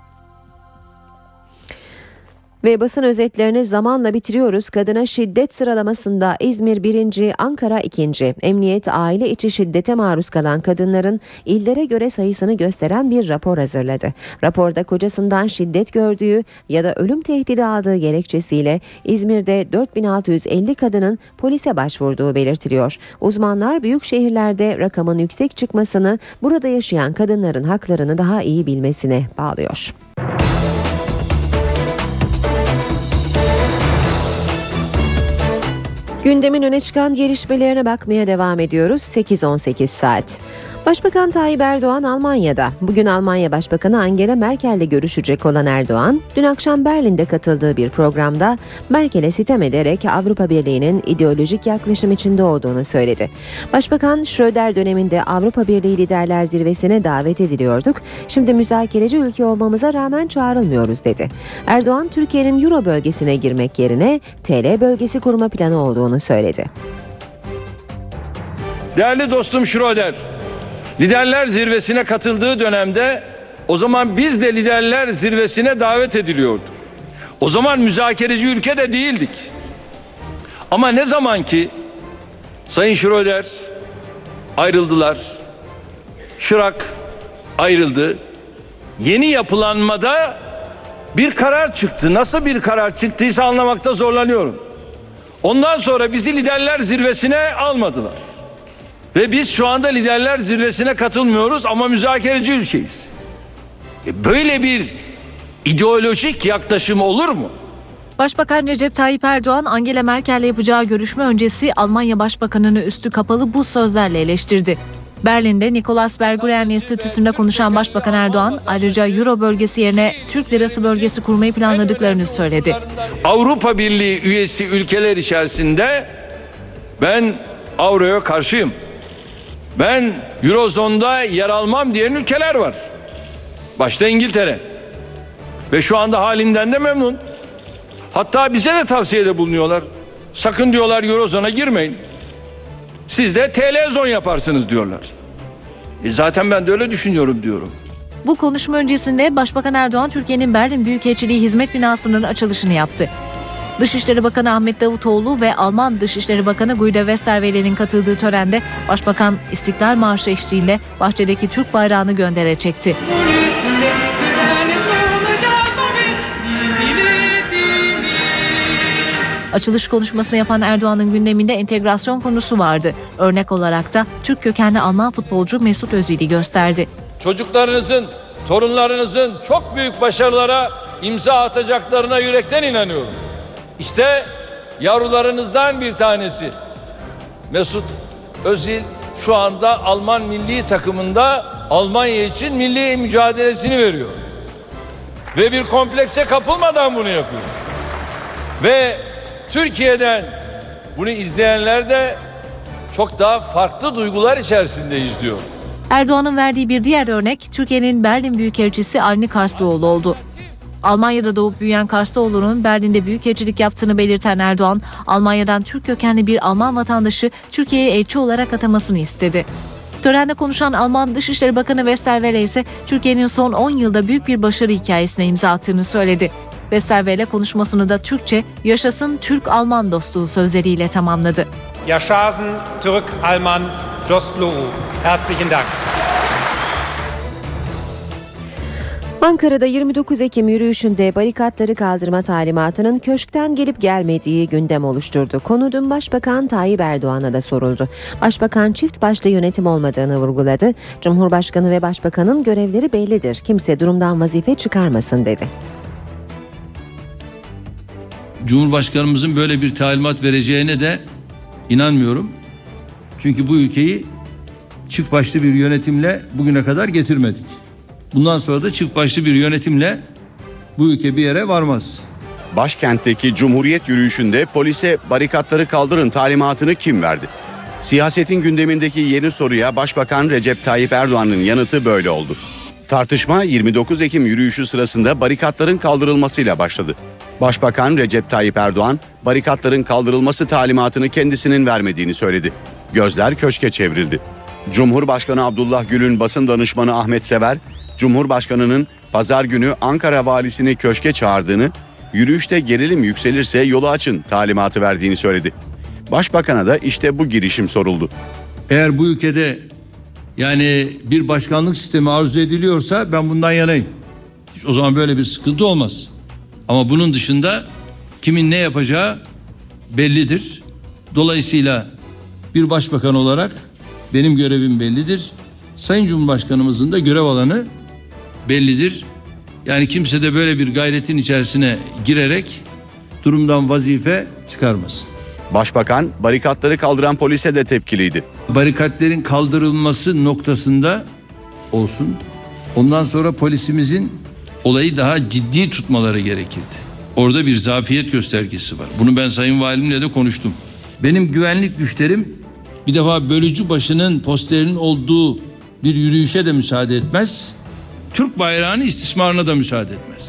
[SPEAKER 3] Ve basın özetlerini zamanla bitiriyoruz. Kadına şiddet sıralamasında İzmir birinci, Ankara ikinci. Emniyet aile içi şiddete maruz kalan kadınların illere göre sayısını gösteren bir rapor hazırladı. Raporda kocasından şiddet gördüğü ya da ölüm tehdidi aldığı gerekçesiyle İzmir'de dört bin altı yüz elli kadının polise başvurduğu belirtiliyor. Uzmanlar büyük şehirlerde rakamın yüksek çıkmasını burada yaşayan kadınların haklarını daha iyi bilmesine bağlıyor. Gündemin öne çıkan gelişmelerine bakmaya devam ediyoruz. sekiz on sekiz saat. Başbakan Tayyip Erdoğan Almanya'da. Bugün Almanya Başbakanı Angela Merkel'le görüşecek olan Erdoğan, dün akşam Berlin'de katıldığı bir programda Merkel'e sitem ederek Avrupa Birliği'nin ideolojik yaklaşım içinde olduğunu söyledi. Başbakan, Schröder döneminde Avrupa Birliği Liderler Zirvesi'ne davet ediliyorduk. Şimdi müzakereci ülke olmamıza rağmen çağrılmıyoruz dedi. Erdoğan, Türkiye'nin Euro bölgesine girmek yerine T L bölgesi kurma planı olduğunu söyledi.
[SPEAKER 2] Değerli dostum Schröder, Liderler Zirvesi'ne katıldığı dönemde o zaman biz de Liderler Zirvesi'ne davet ediliyorduk. O zaman müzakereci ülke de değildik. Ama ne zaman ki Sayın Schröder ayrıldılar, Chirac ayrıldı, yeni yapılanmada bir karar çıktı. Nasıl bir karar çıktıysa anlamakta zorlanıyorum. Ondan sonra bizi Liderler Zirvesi'ne almadılar. Ve biz şu anda Liderler Zirvesi'ne katılmıyoruz ama müzakereci ülkeyiz. E böyle bir ideolojik yaklaşım olur mu?
[SPEAKER 12] Başbakan Recep Tayyip Erdoğan, Angela Merkel'le yapacağı görüşme öncesi Almanya Başbakanı'nı üstü kapalı bu sözlerle eleştirdi. Berlin'de Nikolaus Berggruen Enstitüsü'nde konuşan Başbakan Erdoğan, ayrıca Euro bölgesi yerine Türk Lirası bölgesi kurmayı planladıklarını söyledi.
[SPEAKER 2] Avrupa Birliği üyesi ülkeler içerisinde ben Avro'ya karşıyım. Ben Eurozon'da yer almam diyen ülkeler var. Başta İngiltere. Ve şu anda halinden de memnun. Hatta bize de tavsiyede bulunuyorlar. Sakın diyorlar Eurozon'a girmeyin. Siz de T L zon yaparsınız diyorlar. E zaten ben de öyle düşünüyorum diyorum.
[SPEAKER 12] Bu konuşma öncesinde Başbakan Erdoğan, Türkiye'nin Berlin Büyükelçiliği Hizmet Binası'nın açılışını yaptı. Dışişleri Bakanı Ahmet Davutoğlu ve Alman Dışişleri Bakanı Guido Westerwelle'nin katıldığı törende Başbakan İstiklal Marşı eşliğinde bahçedeki Türk bayrağını göndere çekti. Açılış konuşmasını yapan Erdoğan'ın gündeminde entegrasyon konusu vardı. Örnek olarak da Türk kökenli Alman futbolcu Mesut Özil'i gösterdi.
[SPEAKER 2] Çocuklarınızın, torunlarınızın çok büyük başarılara imza atacaklarına yürekten inanıyorum. İşte yavrularınızdan bir tanesi Mesut Özil şu anda Alman milli takımında Almanya için milli mücadelesini veriyor. Ve bir komplekse kapılmadan bunu yapıyor. Ve Türkiye'den bunu izleyenler de çok daha farklı duygular içerisinde izliyor.
[SPEAKER 12] Erdoğan'ın verdiği bir diğer örnek Türkiye'nin Berlin Büyükelçisi Avni Karslıoğlu oldu. Almanya'da doğup büyüyen Karslıoğlu'nun Berlin'de büyükelçilik yaptığını belirten Erdoğan, Almanya'dan Türk kökenli bir Alman vatandaşı Türkiye'ye elçi olarak atamasını istedi. Törende konuşan Alman Dışişleri Bakanı Westerwelle ise Türkiye'nin son on yılda büyük bir başarı hikayesine imza attığını söyledi. Westerwelle konuşmasını da Türkçe "Yaşasın Türk-Alman dostluğu" sözleriyle tamamladı.
[SPEAKER 13] Yaşasın Türk-Alman dostluğu. Herzlichen Dank.
[SPEAKER 3] Ankara'da yirmi dokuz Ekim yürüyüşünde barikatları kaldırma talimatının köşkten gelip gelmediği gündem oluşturdu. Konu dün Başbakan Tayyip Erdoğan'a da soruldu. Başbakan çift başlı yönetim olmadığını vurguladı. Cumhurbaşkanı ve Başbakanın görevleri bellidir. Kimse durumdan vazife çıkarmasın dedi.
[SPEAKER 2] Cumhurbaşkanımızın böyle bir talimat vereceğine de inanmıyorum. Çünkü bu ülkeyi çift başlı bir yönetimle bugüne kadar getirmedik. Bundan sonra da çift başlı bir yönetimle bu ülke bir yere varmaz.
[SPEAKER 4] Başkentteki Cumhuriyet yürüyüşünde polise barikatları kaldırın talimatını kim verdi? Siyasetin gündemindeki yeni soruya Başbakan Recep Tayyip Erdoğan'ın yanıtı böyle oldu. Tartışma yirmi dokuz Ekim yürüyüşü sırasında barikatların kaldırılmasıyla başladı. Başbakan Recep Tayyip Erdoğan, barikatların kaldırılması talimatını kendisinin vermediğini söyledi. Gözler köşke çevrildi. Cumhurbaşkanı Abdullah Gül'ün basın danışmanı Ahmet Sever, Cumhurbaşkanı'nın pazar günü Ankara valisini köşke çağırdığını, yürüyüşte gerilim yükselirse yolu açın talimatı verdiğini söyledi. Başbakan'a da işte bu girişim soruldu.
[SPEAKER 2] Eğer bu ülkede yani bir başkanlık sistemi arzu ediliyorsa ben bundan yanayım. Hiç o zaman böyle bir sıkıntı olmaz. Ama bunun dışında kimin ne yapacağı bellidir. Dolayısıyla bir başbakan olarak benim görevim bellidir. Sayın Cumhurbaşkanımızın da görev alanı bellidir. Yani kimse de böyle bir gayretin içerisine girerek durumdan vazife çıkarmasın.
[SPEAKER 4] Başbakan barikatları kaldıran polise de tepkiliydi.
[SPEAKER 2] Barikatların kaldırılması noktasında olsun. Ondan sonra polisimizin olayı daha ciddi tutmaları gerekirdi. Orada bir zafiyet göstergesi var. Bunu ben Sayın Valimle de konuştum. Benim güvenlik güçlerim bir defa bölücü başının posterinin olduğu bir yürüyüşe de müsaade etmez. Türk bayrağını istismarına da müsaade etmez.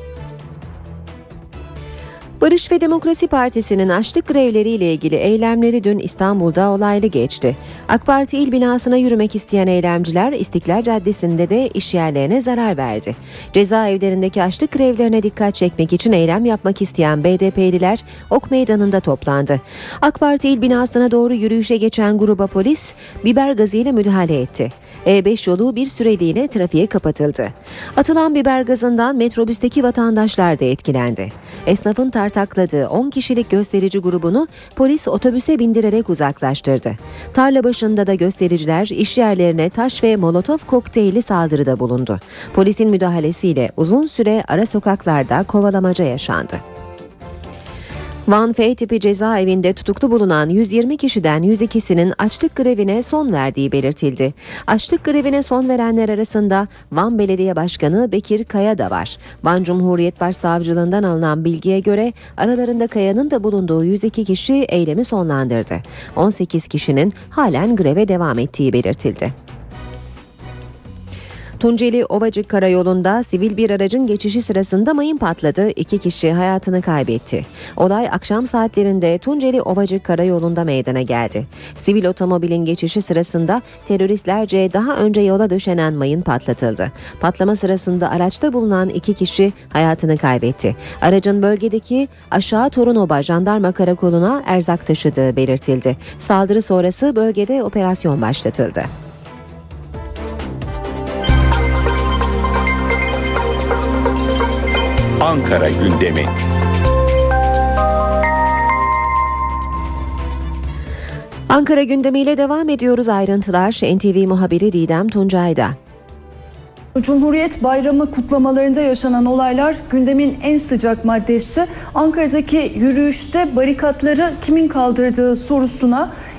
[SPEAKER 3] Barış ve Demokrasi Partisi'nin açlık grevleriyle ilgili eylemleri dün İstanbul'da olaylı geçti. AK Parti il binasına yürümek isteyen eylemciler İstiklal Caddesi'nde de işyerlerine zarar verdi. Cezaevlerindeki açlık grevlerine dikkat çekmek için eylem yapmak isteyen B D P'liler Ok Meydanı'nda toplandı. AK Parti il binasına doğru yürüyüşe geçen gruba polis biber gazıyla müdahale etti. E beş yolu bir süreliğine trafiğe kapatıldı. Atılan biber gazından metrobüsteki vatandaşlar da etkilendi. Esnafın tartakladığı on kişilik gösterici grubunu polis otobüse bindirerek uzaklaştırdı. Tarla başında da göstericiler işyerlerine taş ve molotof kokteyli saldırıda bulundu. Polisin müdahalesiyle uzun süre ara sokaklarda kovalamaca yaşandı. Van F tipi cezaevinde tutuklu bulunan yüz yirmi kişiden yüz ikisinin açlık grevine son verdiği belirtildi. Açlık grevine son verenler arasında Van Belediye Başkanı Bekir Kaya da var. Van Cumhuriyet Başsavcılığından alınan bilgiye göre aralarında Kaya'nın da bulunduğu yüz iki kişi eylemi sonlandırdı. on sekiz kişinin halen greve devam ettiği belirtildi. Tunceli Ovacık Karayolu'nda sivil bir aracın geçişi sırasında mayın patladı. İki kişi hayatını kaybetti. Olay akşam saatlerinde Tunceli Ovacık Karayolu'nda meydana geldi. Sivil otomobilin geçişi sırasında teröristlerce daha önce yola döşenen mayın patlatıldı. Patlama sırasında araçta bulunan iki kişi hayatını kaybetti. Aracın bölgedeki Aşağı Torunoba Jandarma Karakolu'na erzak taşıdığı belirtildi. Saldırı sonrası bölgede operasyon başlatıldı.
[SPEAKER 1] Ankara gündemi.
[SPEAKER 3] Ankara gündemiyle devam ediyoruz. Ayrıntılar N T V muhabiri Didem Tuncay'da.
[SPEAKER 18] Cumhuriyet Bayramı kutlamalarında yaşanan olaylar gündemin en sıcak maddesi. Ankara'daki yürüyüşte barikatları kimin kaldırdığı sorusuna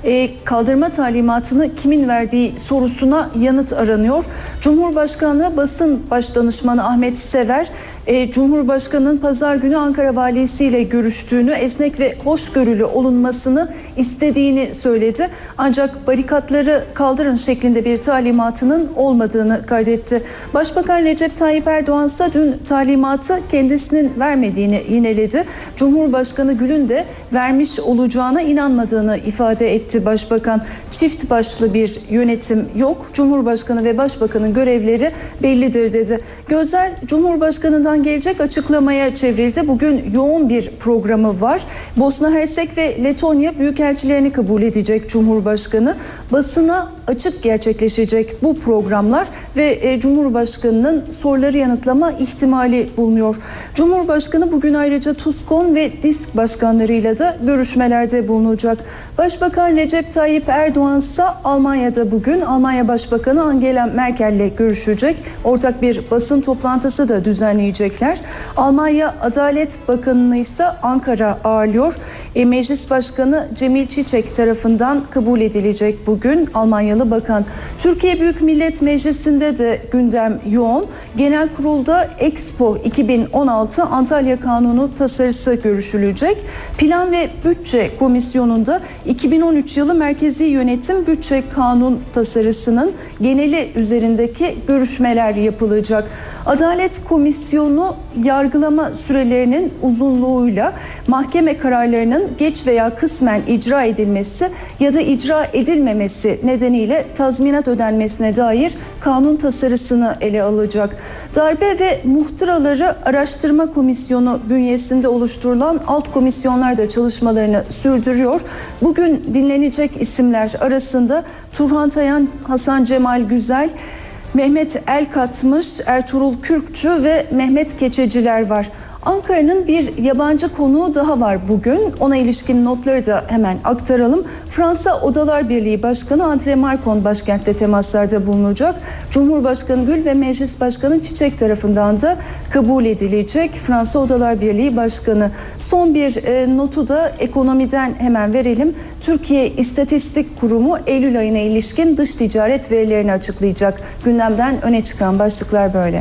[SPEAKER 18] e, kaldırma talimatını kimin verdiği sorusuna yanıt aranıyor. Cumhurbaşkanlığı Basın Başdanışmanı Ahmet Sever, e, Cumhurbaşkanı'nın pazar günü Ankara valisiyle görüştüğünü, esnek ve hoşgörülü olunmasını istediğini söyledi. Ancak barikatları kaldırın şeklinde bir talimatının olmadığını kaydetti. Başbakan Recep Tayyip Erdoğan ise dün talimatı kendisinin vermediğini yineledi. Cumhurbaşkanı Gül'ün de vermiş olacağına inanmadığını ifade etti Başbakan. Çift başlı bir yönetim yok. Cumhurbaşkanı ve Başbakanın görevleri bellidir dedi. Gözler Cumhurbaşkanı'ndan gelecek açıklamaya çevrildi. Bugün yoğun bir programı var. Bosna Hersek ve Letonya büyükelçilerini kabul edecek Cumhurbaşkanı. Basına açık gerçekleşecek bu programlar ve e, Cumhurbaşkanı'nın soruları yanıtlama ihtimali bulunuyor. Cumhurbaşkanı bugün ayrıca TUSKON ve DİSK başkanlarıyla da görüşmelerde bulunacak. Başbakan Recep Tayyip Erdoğan ise Almanya'da bugün Almanya Başbakanı Angela Merkel'le görüşecek. Ortak bir basın toplantısı da düzenleyecekler. Almanya Adalet Bakanı'nı ise Ankara ağırlıyor. E, Meclis Başkanı Cemil Çiçek tarafından kabul edilecek bugün Almanyalı Bakan. Türkiye Büyük Millet Meclisi'nde de gündem yoğun. Genel Kurul'da Expo iki bin on altı Antalya Kanunu tasarısı görüşülecek. Plan ve Bütçe Komisyonu'nda iki bin on üç yılı Merkezi Yönetim Bütçe Kanun tasarısının geneli üzerindeki görüşmeler yapılacak. Adalet Komisyonu yargılama sürelerinin uzunluğuyla mahkeme kararlarının geç veya kısmen icra edilmesi ya da icra edilmemesi nedeniyle tazminat ödenmesine dair kanun tasarısını ele alacak. Darbe ve Muhtıraları Araştırma Komisyonu bünyesinde oluşturulan alt komisyonlar da çalışmalarını sürdürüyor. Bugün dinlenecek isimler arasında Turhan Tayan, Hasan Cemal Güzel, Mehmet Elkatmış, Ertuğrul Kürkçü ve Mehmet Keçeciler var. Ankara'nın bir yabancı konuğu daha var bugün. Ona ilişkin notları da hemen aktaralım. Fransa Odalar Birliği Başkanı André Marcon başkentte temaslarda bulunacak. Cumhurbaşkanı Gül ve Meclis Başkanı Çiçek tarafından da kabul edilecek Fransa Odalar Birliği Başkanı. Son bir e, notu da ekonomiden hemen verelim. Türkiye İstatistik Kurumu Eylül ayına ilişkin dış ticaret verilerini açıklayacak. Gündemden öne çıkan başlıklar böyle.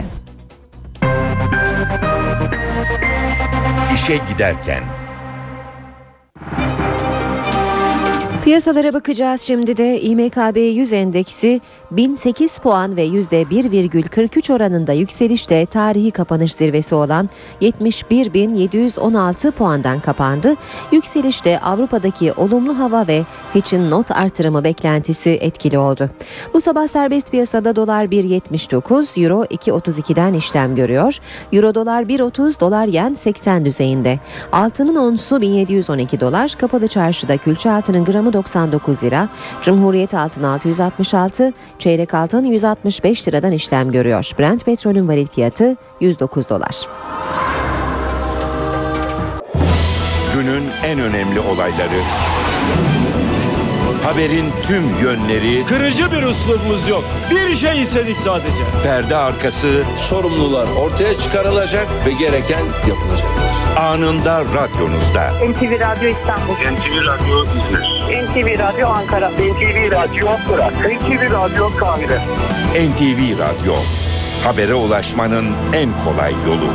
[SPEAKER 1] İşe giderken.
[SPEAKER 3] Piyasalara bakacağız şimdi de. İ M K B yüz endeksi bin sekiz puan ve yüzde bir virgül kırk üç oranında yükselişte tarihi kapanış zirvesi olan yetmiş bir bin yedi yüz on altı puandan kapandı. Yükselişte Avrupa'daki olumlu hava ve Fitch'in not artırımı beklentisi etkili oldu. Bu sabah serbest piyasada dolar bir yetmiş dokuz, euro iki otuz ikiden işlem görüyor. Euro dolar bir otuz, dolar yen seksen düzeyinde. Altının onsu bin yedi yüz on iki dolar, kapalı çarşıda külçe altının gramı doksan dokuz lira, Cumhuriyet altın altı yüz altmış altı, çeyrek altın yüz altmış beş liradan işlem görüyor. Brent petrolün varil fiyatı yüz dokuz dolar.
[SPEAKER 1] Günün en önemli olayları. Haberin tüm yönleri.
[SPEAKER 5] Kırıcı bir üslubumuz yok. Bir şey istedik sadece.
[SPEAKER 1] Perde arkası.
[SPEAKER 2] Sorumlular ortaya çıkarılacak ve gereken yapılacaktır.
[SPEAKER 1] Anında radyonuzda.
[SPEAKER 19] N T V Radyo İstanbul.
[SPEAKER 9] N T V Radyo İzmir.
[SPEAKER 19] N T V Radyo Ankara.
[SPEAKER 9] N T V Radyo Irak. N T V Radyo Kahire.
[SPEAKER 1] N T V Radyo. Habere ulaşmanın en kolay yolu.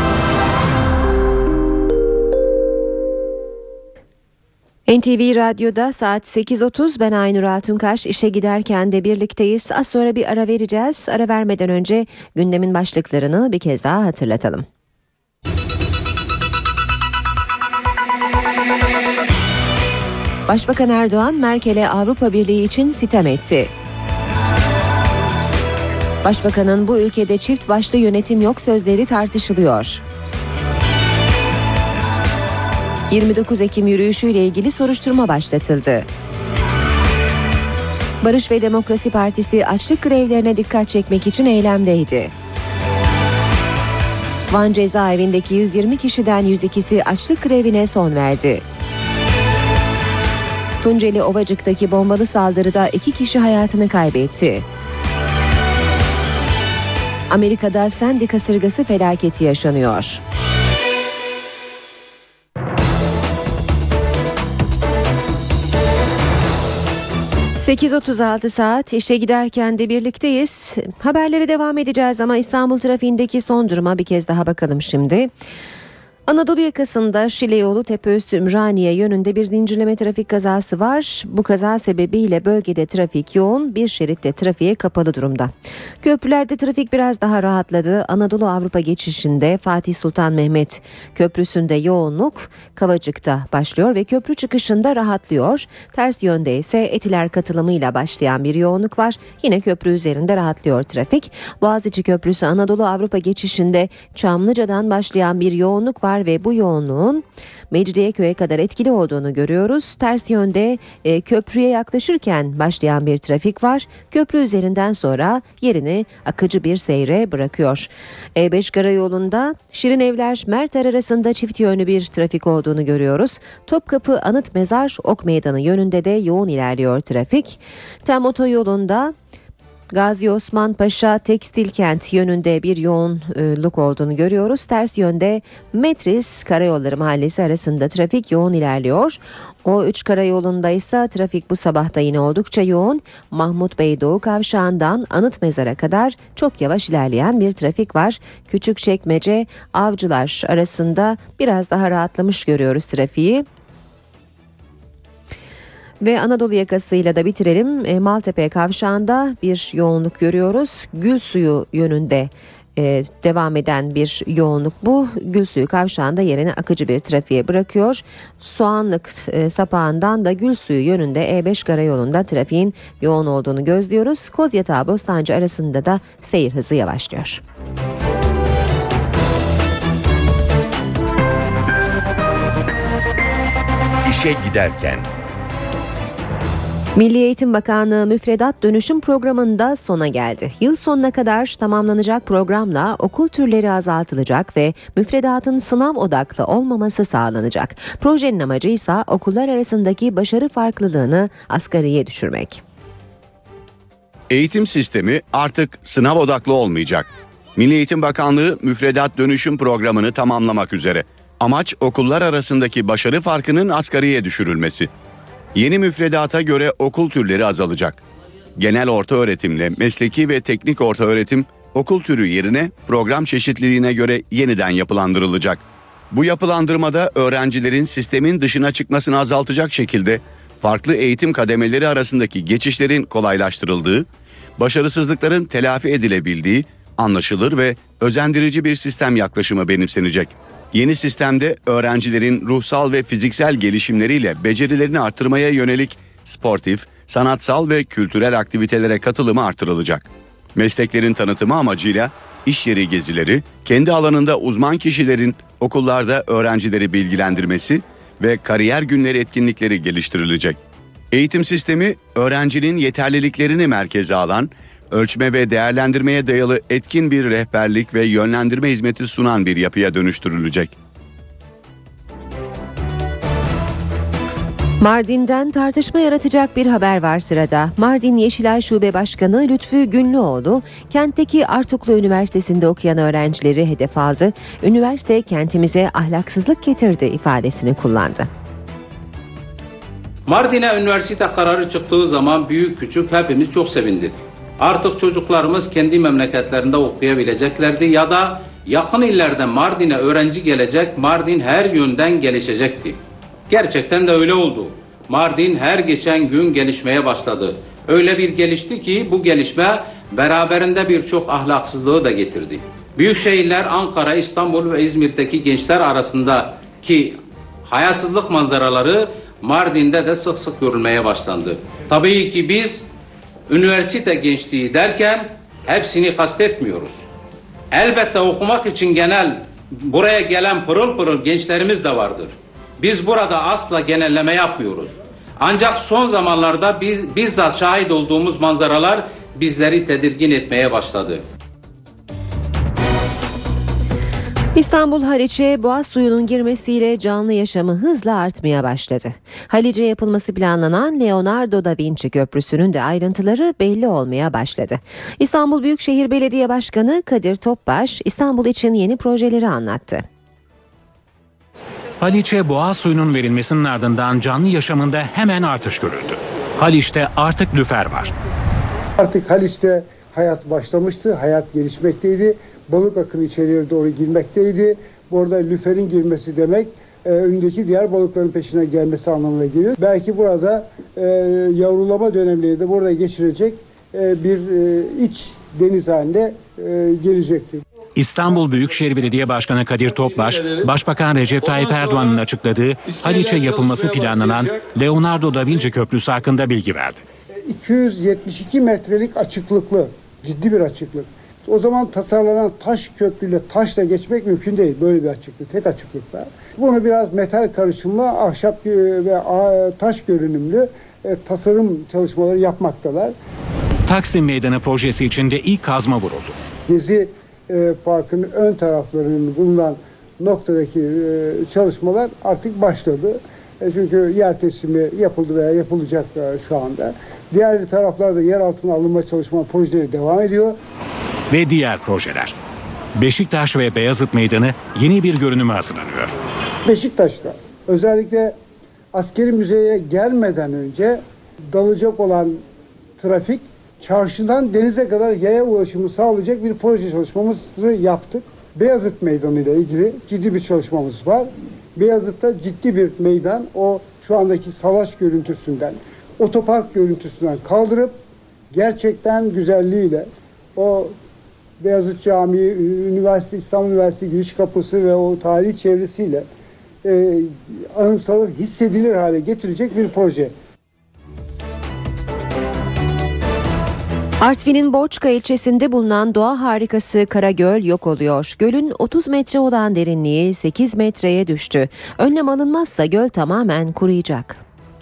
[SPEAKER 3] N T V Radyo'da saat sekiz otuz, ben Aynur Altunkaş. İşe giderken de birlikteyiz. Az sonra bir ara vereceğiz. Ara vermeden önce gündemin başlıklarını bir kez daha hatırlatalım. Başbakan Erdoğan, Merkel'e Avrupa Birliği için sitem etti. Başbakanın bu ülkede çift başlı yönetim yok sözleri tartışılıyor. yirmi dokuz Ekim yürüyüşüyle ilgili soruşturma başlatıldı. Barış ve Demokrasi Partisi açlık grevlerine dikkat çekmek için eylemdeydi. Van cezaevindeki yüz yirmi kişiden yüz ikisi açlık grevine son verdi. Tunceli Ovacık'taki bombalı saldırıda iki kişi hayatını kaybetti. Amerika'da Sandy kasırgası felaketi yaşanıyor. sekiz otuz altı saat işe giderken de birlikteyiz. Haberlere devam edeceğiz ama İstanbul trafiğindeki son duruma bir kez daha bakalım şimdi. Anadolu yakasında Şile yolu Tepeüstü Ümraniye yönünde bir zincirleme trafik kazası var. Bu kaza sebebiyle bölgede trafik yoğun, bir şeritte trafiğe kapalı durumda. Köprülerde trafik biraz daha rahatladı. Anadolu Avrupa geçişinde Fatih Sultan Mehmet Köprüsü'nde yoğunluk Kavacık'ta başlıyor ve köprü çıkışında rahatlıyor. Ters yönde ise Etiler katılımıyla başlayan bir yoğunluk var. Yine köprü üzerinde rahatlıyor trafik. Boğaziçi Köprüsü Anadolu Avrupa geçişinde Çamlıca'dan başlayan bir yoğunluk var ve bu yoğunluğun Mecidiyeköy'e kadar etkili olduğunu görüyoruz. Ters yönde e, köprüye yaklaşırken başlayan bir trafik var. Köprü üzerinden sonra yerini akıcı bir seyre bırakıyor. E beş karayolunda Şirinevler Merter arasında çift yönlü bir trafik olduğunu görüyoruz. Topkapı Anıt Mezar Ok Meydanı yönünde de yoğun ilerliyor trafik. Tem otoyolunda Gazi Osman Paşa Tekstil Kent yönünde bir yoğunluk olduğunu görüyoruz. Ters yönde Metris Karayolları Mahallesi arasında trafik yoğun ilerliyor. O üç karayolunda ise trafik bu sabah da yine oldukça yoğun. Mahmut Bey Doğu Kavşağı'ndan Anıt Mezar'a kadar çok yavaş ilerleyen bir trafik var. Küçükçekmece Avcılar arasında biraz daha rahatlamış görüyoruz trafiği. Ve Anadolu yakasıyla da bitirelim. E, Maltepe kavşağında bir yoğunluk görüyoruz. Gülsuyu yönünde e, devam eden bir yoğunluk bu. Gülsuyu kavşağında yerini akıcı bir trafiğe bırakıyor. Soğanlık e, sapağından da Gülsuyu yönünde E beş karayolunda trafiğin yoğun olduğunu gözlüyoruz. Kozyatağı Bostancı arasında da seyir hızı yavaşlıyor.
[SPEAKER 1] İşe giderken.
[SPEAKER 3] Milli Eğitim Bakanlığı müfredat dönüşüm programında sona geldi. Yıl sonuna kadar tamamlanacak programla okul türleri azaltılacak ve müfredatın sınav odaklı olmaması sağlanacak. Projenin amacı ise okullar arasındaki başarı farklılığını asgariye düşürmek.
[SPEAKER 4] Eğitim sistemi artık sınav odaklı olmayacak. Milli Eğitim Bakanlığı müfredat dönüşüm programını tamamlamak üzere. Amaç okullar arasındaki başarı farkının asgariye düşürülmesi. Yeni müfredata göre okul türleri azalacak. Genel ortaöğretimle mesleki ve teknik ortaöğretim okul türü yerine program çeşitliliğine göre yeniden yapılandırılacak. Bu yapılandırmada öğrencilerin sistemin dışına çıkmasını azaltacak şekilde farklı eğitim kademeleri arasındaki geçişlerin kolaylaştırıldığı, başarısızlıkların telafi edilebildiği, anlaşılır ve özendirici bir sistem yaklaşımı benimsenecek. Yeni sistemde öğrencilerin ruhsal ve fiziksel gelişimleriyle becerilerini artırmaya yönelik sportif, sanatsal ve kültürel aktivitelere katılımı artırılacak. Mesleklerin tanıtımı amacıyla iş yeri gezileri, kendi alanında uzman kişilerin okullarda öğrencileri bilgilendirmesi ve kariyer günleri etkinlikleri geliştirilecek. Eğitim sistemi öğrencinin yeterliliklerini merkeze alan, ölçme ve değerlendirmeye dayalı etkin bir rehberlik ve yönlendirme hizmeti sunan bir yapıya dönüştürülecek.
[SPEAKER 3] Mardin'den tartışma yaratacak bir haber var sırada. Mardin Yeşilay Şube Başkanı Lütfü Günlüoğlu, kentteki Artuklu Üniversitesi'nde okuyan öğrencileri hedef aldı. Üniversite kentimize ahlaksızlık getirdi ifadesini kullandı.
[SPEAKER 20] Mardin'e üniversite kararı çıktığı zaman büyük küçük hepimiz çok sevindik. Artık çocuklarımız kendi memleketlerinde okuyabileceklerdi ya da yakın illerden Mardin'e öğrenci gelecek, Mardin her yönden gelişecekti. Gerçekten de öyle oldu. Mardin her geçen gün gelişmeye başladı. Öyle bir gelişti ki bu gelişme beraberinde birçok ahlaksızlığı da getirdi. Büyük şehirler Ankara, İstanbul ve İzmir'deki gençler arasındaki hayasızlık manzaraları Mardin'de de sık sık görülmeye başlandı. Tabii ki biz üniversite gençliği derken hepsini kastetmiyoruz. Elbette okumak için genel buraya gelen pırıl pırıl gençlerimiz de vardır. Biz burada asla genelleme yapmıyoruz. Ancak son zamanlarda biz bizzat şahit olduğumuz manzaralar bizleri tedirgin etmeye başladı.
[SPEAKER 3] İstanbul Haliç'e boğaz suyunun girmesiyle canlı yaşamı hızla artmaya başladı. Haliç'e yapılması planlanan Leonardo da Vinci Köprüsü'nün de ayrıntıları belli olmaya başladı. İstanbul Büyükşehir Belediye Başkanı Kadir Topbaş, İstanbul için yeni projeleri anlattı.
[SPEAKER 8] Haliç'e boğaz suyunun verilmesinin ardından canlı yaşamında hemen artış görüldü. Haliç'te artık lüfer var.
[SPEAKER 21] Artık Haliç'te hayat başlamıştı, hayat gelişmekteydi. Balık akını içeriye doğru girmekteydi. Bu arada lüferin girmesi demek e, önündeki diğer balıkların peşine gelmesi anlamına geliyor. Belki burada e, yavrulama dönemleri de burada geçirecek e, bir e, iç deniz haline e, gelecektir.
[SPEAKER 8] İstanbul Büyükşehir Belediye Başkanı Kadir Topbaş, Başbakan Recep Tayyip Erdoğan'ın açıkladığı Haliç'e yapılması planlanan Leonardo da Vinci Köprüsü hakkında bilgi verdi.
[SPEAKER 21] iki yüz yetmiş iki metrelik açıklıklı, ciddi bir açıklık. O zaman tasarlanan taş köprüyle taşla geçmek mümkün değil. Böyle bir açıklık, tek açıklıkta. Bunu biraz metal karışımlı, ahşap ve taş görünümlü tasarım çalışmaları yapmaktalar.
[SPEAKER 8] Taksim Meydanı projesi için de ilk kazma vuruldu.
[SPEAKER 21] Gezi e, Parkı'nın ön taraflarının bulunan noktadaki e, çalışmalar artık başladı. E, çünkü yer teslimi yapıldı veya yapılacak e, şu anda. Diğer taraflarda yer altına alınma çalışma projeleri devam ediyor.
[SPEAKER 8] Ve diğer projeler. Beşiktaş ve Beyazıt Meydanı yeni bir görünüme hazırlanıyor.
[SPEAKER 21] Beşiktaş'ta özellikle askeri müzeye gelmeden önce dalacak olan trafik çarşıdan denize kadar yaya ulaşımı sağlayacak bir proje çalışmamızı yaptık. Beyazıt Meydanı ile ilgili ciddi bir çalışmamız var. Beyazıt'ta ciddi bir meydan, o şu andaki salaş görüntüsünden, otopark görüntüsünden kaldırıp gerçekten güzelliğiyle o Beyazıt Camii, Üniversite, İstanbul Üniversitesi giriş kapısı ve o tarihi çevresiyle e, anımsalır, hissedilir hale getirecek bir proje.
[SPEAKER 3] Artvin'in Borçka ilçesinde bulunan doğa harikası Karagöl yok oluyor. Gölün otuz metre olan derinliği sekiz metreye düştü. Önlem alınmazsa göl tamamen kuruyacak.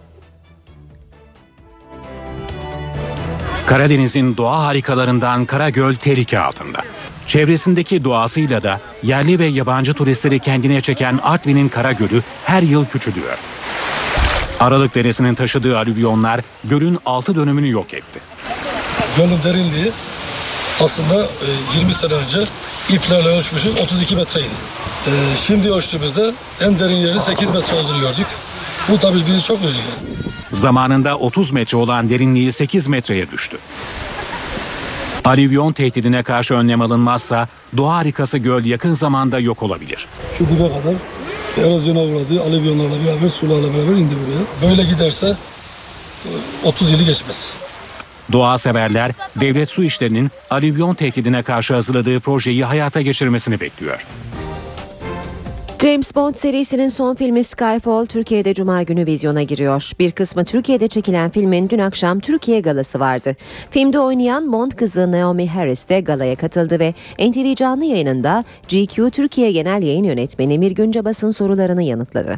[SPEAKER 8] Karadeniz'in doğa harikalarından Karagöl tehlike altında. Çevresindeki doğasıyla da yerli ve yabancı turistleri kendine çeken Artvin'in Karagöl'ü her yıl küçülüyor. Aralık Deresi'nin taşıdığı alüvyonlar gölün altı dönümünü yok etti.
[SPEAKER 22] Gölün derinliği aslında yirmi sene önce iplerle ölçmüşüz, otuz iki metreydi. Şimdi ölçtüğümüzde en derin yeri sekiz metre olduğunu gördük. Bu tabii bizi çok üzüyor.
[SPEAKER 8] Zamanında otuz metre olan derinliği sekiz metreye düştü. Alüvyon tehdidine karşı önlem alınmazsa doğa harikası göl yakın zamanda yok olabilir.
[SPEAKER 22] Şu dibe kadar erozyona uğradı, alüvyonlarla beraber, sularla beraber indi buraya. Böyle giderse otuz yılı geçmez.
[SPEAKER 8] Doğa severler devlet su işlerinin alüvyon tehdidine karşı hazırladığı projeyi hayata geçirmesini bekliyor.
[SPEAKER 3] James Bond serisinin son filmi Skyfall Türkiye'de Cuma günü vizyona giriyor. Bir kısmı Türkiye'de çekilen filmin dün akşam Türkiye galası vardı. Filmde oynayan Bond kızı Naomi Harris de galaya katıldı ve N T V canlı yayınında G Q Türkiye Genel Yayın Yönetmeni Mirgün Cabas'ın sorularını yanıtladı.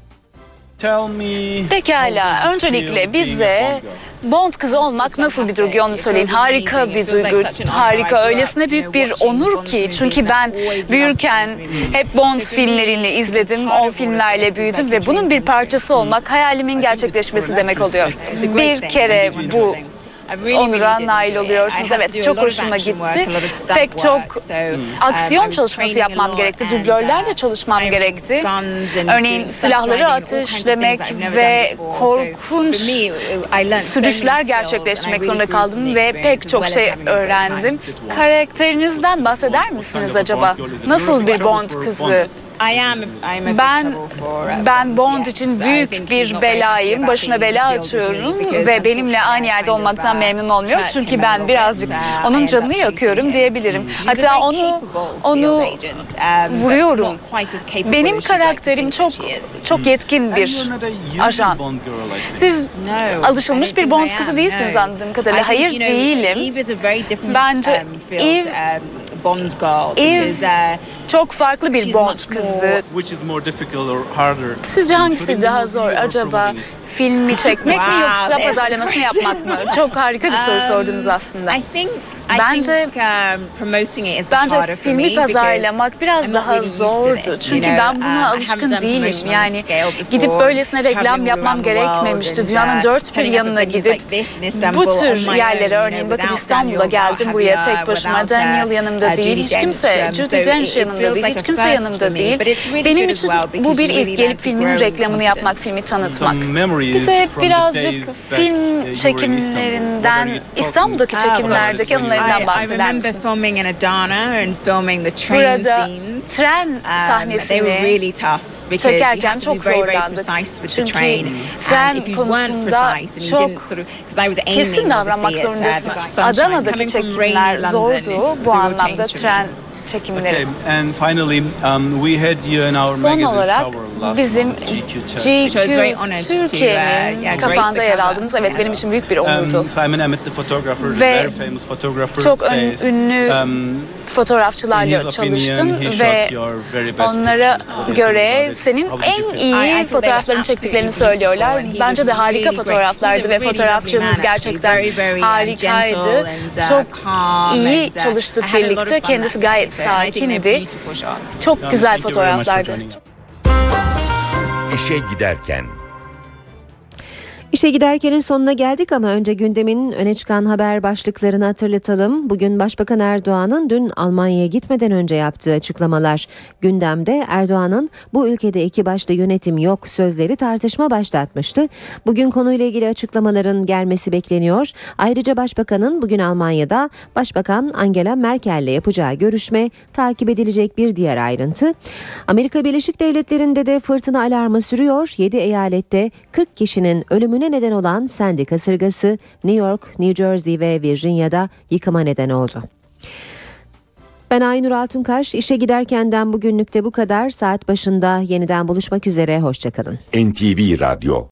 [SPEAKER 23] Pekala, öncelikle bize Bond kızı olmak nasıl bir duygu onu söyleyin. Harika bir duygu, harika, öylesine büyük bir onur ki. Çünkü ben büyürken hep Bond filmlerini izledim, o filmlerle büyüdüm ve bunun bir parçası olmak hayalimin gerçekleşmesi demek oluyor. Bir kere bu onura nail oluyorsunuz. Evet, çok hoşuma gitti. Pek çok aksiyon çalışması yapmam gerekti. Dublörlerle çalışmam gerekti. Örneğin silahları ateşlemek ve korkunç sürüşler gerçekleştirmek zorunda kaldım ve pek çok şey öğrendim. Karakterinizden bahseder misiniz acaba? Nasıl bir Bond kızı? Ben ben Bond için büyük bir belayım, başına bela açıyorum ve benimle aynı yerde olmaktan memnun olmuyor. Çünkü ben birazcık onun canını yakıyorum diyebilirim. Hatta onu onu vuruyorum. Benim karakterim çok çok yetkin bir ajan. Siz alışılmış bir Bond kızı değilsiniz anladığım kadarıyla. Hayır, değilim. Bence Eve Eve çok farklı bir Bond kızı. Sizce hangisi daha zor acaba? Filmi çekmek mi yoksa pazarlamasını yapmak mı? Çok harika bir soru sordunuz aslında. Bence bence filmi pazarlamak biraz daha zordu. Çünkü ben buna alışkın değilim. Yani gidip böylesine reklam yapmam gerekmemişti. Dünyanın dört bir yanına gidip bu tür yerlere, örneğin bakın İstanbul'a geldim buraya tek başıma. Daniel yanımda değil, hiç kimse. Judi Dench yanımda değil, hiç kimse yanımda değil. Benim için bu bir ilk, gelip filmin reklamını yapmak, filmi tanıtmak. Bize birazcık film çekimlerinden, İstanbul'daki çekimlerdeki anılarından bahseder misin? Burada tren sahnesini çekerken çok zorlandık. Çünkü tren konusunda çok kesin davranmak zorundasın. Adana'daki çekimler zordu bu anlamda, tren çekimleri. Son olarak bizim G Q Türkiye'nin kapağında yer aldınız. Evet, benim için büyük bir onurdu. Ve çok ön, ünlü fotoğrafçılarla çalıştın ve onlara göre senin en iyi fotoğraflarını çektiklerini söylüyorlar. Bence de harika fotoğraflardı ve fotoğrafçımız gerçekten harikaydı. Çok iyi çalıştık birlikte. Kendisi gayet sakindi. Çok güzel fotoğraflardı.
[SPEAKER 1] İşe giderken.
[SPEAKER 3] İşe giderkenin sonuna geldik ama önce gündemin öne çıkan haber başlıklarını hatırlatalım. Bugün Başbakan Erdoğan'ın dün Almanya'ya gitmeden önce yaptığı açıklamalar. Gündemde Erdoğan'ın bu ülkede iki başlı yönetim yok sözleri tartışma başlatmıştı. Bugün konuyla ilgili açıklamaların gelmesi bekleniyor. Ayrıca Başbakan'ın bugün Almanya'da Başbakan Angela Merkel'le yapacağı görüşme takip edilecek bir diğer ayrıntı. Amerika Birleşik Devletleri'nde de fırtına alarmı sürüyor. yedi eyalette kırk kişinin ölümüne neden olan Sandy kasırgası New York, New Jersey ve Virginia'da yıkıma neden oldu. Ben Aynur Altunkaş, işe giderkenden bugünlük de bu kadar. Saat başında yeniden buluşmak üzere, hoşçakalın.
[SPEAKER 1] N T V Radyo